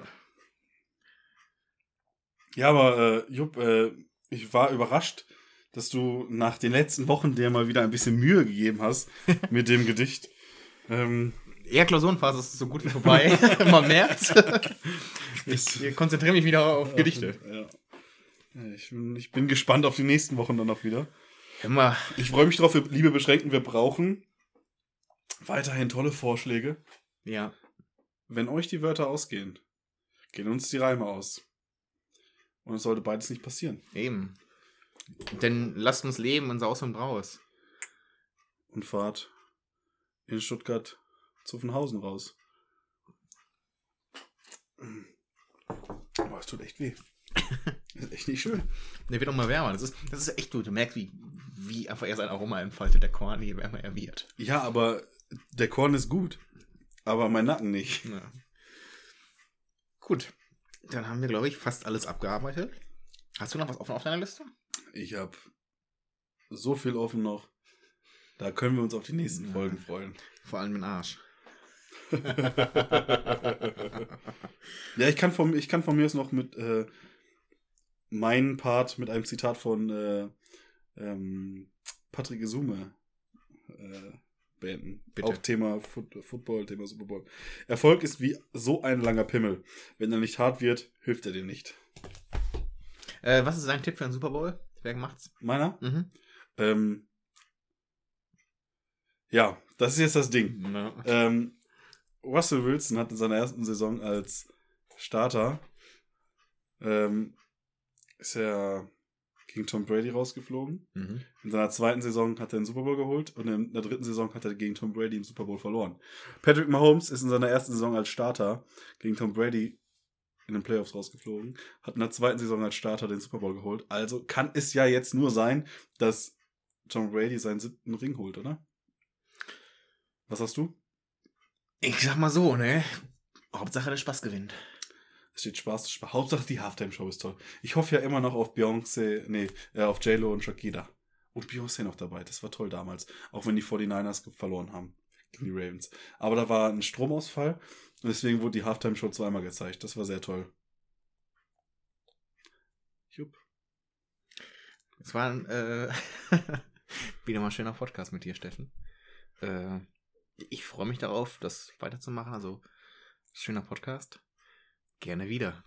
Speaker 2: Ja, aber Jupp, ich war überrascht, dass du nach den letzten Wochen dir mal wieder ein bisschen Mühe gegeben hast mit dem Gedicht.
Speaker 3: Ja, Klausurenphase ist so gut wie vorbei. Man merkt's. Ich konzentriere mich wieder auf Gedichte.
Speaker 2: Ja. Ich bin gespannt auf die nächsten Wochen dann auch wieder.
Speaker 3: Immer.
Speaker 2: Ich freue mich drauf, liebe Beschränkten, wir brauchen weiterhin tolle Vorschläge.
Speaker 3: Ja.
Speaker 2: Wenn euch die Wörter ausgehen, gehen uns die Reime aus. Und es sollte beides nicht passieren.
Speaker 3: Eben. Denn lasst uns leben in Saus und Braus.
Speaker 2: Und fahrt in Stuttgart Zuffenhausen raus. Oh, es tut echt weh. Das ist echt nicht schön.
Speaker 3: Der wird auch mal wärmer. Das ist echt gut. Du merkst, wie einfach er sein Aroma entfaltet, der Korn, je wärmer er wird.
Speaker 2: Ja, aber der Korn ist gut. Aber mein Nacken nicht.
Speaker 3: Ja. Gut. Dann haben wir, glaube ich, fast alles abgearbeitet. Hast du noch was offen auf deiner Liste?
Speaker 2: Ich habe so viel offen noch. Da können wir uns auf die nächsten Folgen freuen.
Speaker 3: Vor allem den Arsch.
Speaker 2: Ja, ich kann von mir aus noch mit meinen Part mit einem Zitat von Patrick Isume beenden.
Speaker 3: Bitte.
Speaker 2: Auch Thema Football, Thema Super Bowl. Erfolg ist wie so ein langer Pimmel. Wenn er nicht hart wird, hilft er dir nicht.
Speaker 3: Was ist dein Tipp für einen Super Bowl? Wer macht's?
Speaker 2: Meiner?
Speaker 3: Mhm.
Speaker 2: Ja, das ist jetzt das Ding.
Speaker 3: No.
Speaker 2: Russell Wilson hat in seiner ersten Saison als Starter ist er gegen Tom Brady rausgeflogen.
Speaker 3: Mhm.
Speaker 2: In seiner zweiten Saison hat er den Super Bowl geholt und in der dritten Saison hat er gegen Tom Brady im Super Bowl verloren. Patrick Mahomes ist in seiner ersten Saison als Starter gegen Tom Brady in den Playoffs rausgeflogen, hat in der zweiten Saison als Starter den Super Bowl geholt. Also kann es ja jetzt nur sein, dass Tom Brady seinen 7. Ring holt, oder? Was hast du?
Speaker 3: Ich sag mal so, ne? Hauptsache der Spaß gewinnt.
Speaker 2: Es steht Spaß. Hauptsache die Halftime-Show ist toll. Ich hoffe ja immer noch auf auf J-Lo und Shakira. Und Beyoncé noch dabei. Das war toll damals. Auch wenn die 49ers verloren haben gegen die Ravens. Aber da war ein Stromausfall und deswegen wurde die Halftime-Show zweimal gezeigt. Das war sehr toll. Jupp.
Speaker 3: Es war wieder mal ein schöner Podcast mit dir, Steffen. Ich freue mich darauf, das weiterzumachen. Also, schöner Podcast. Gerne wieder.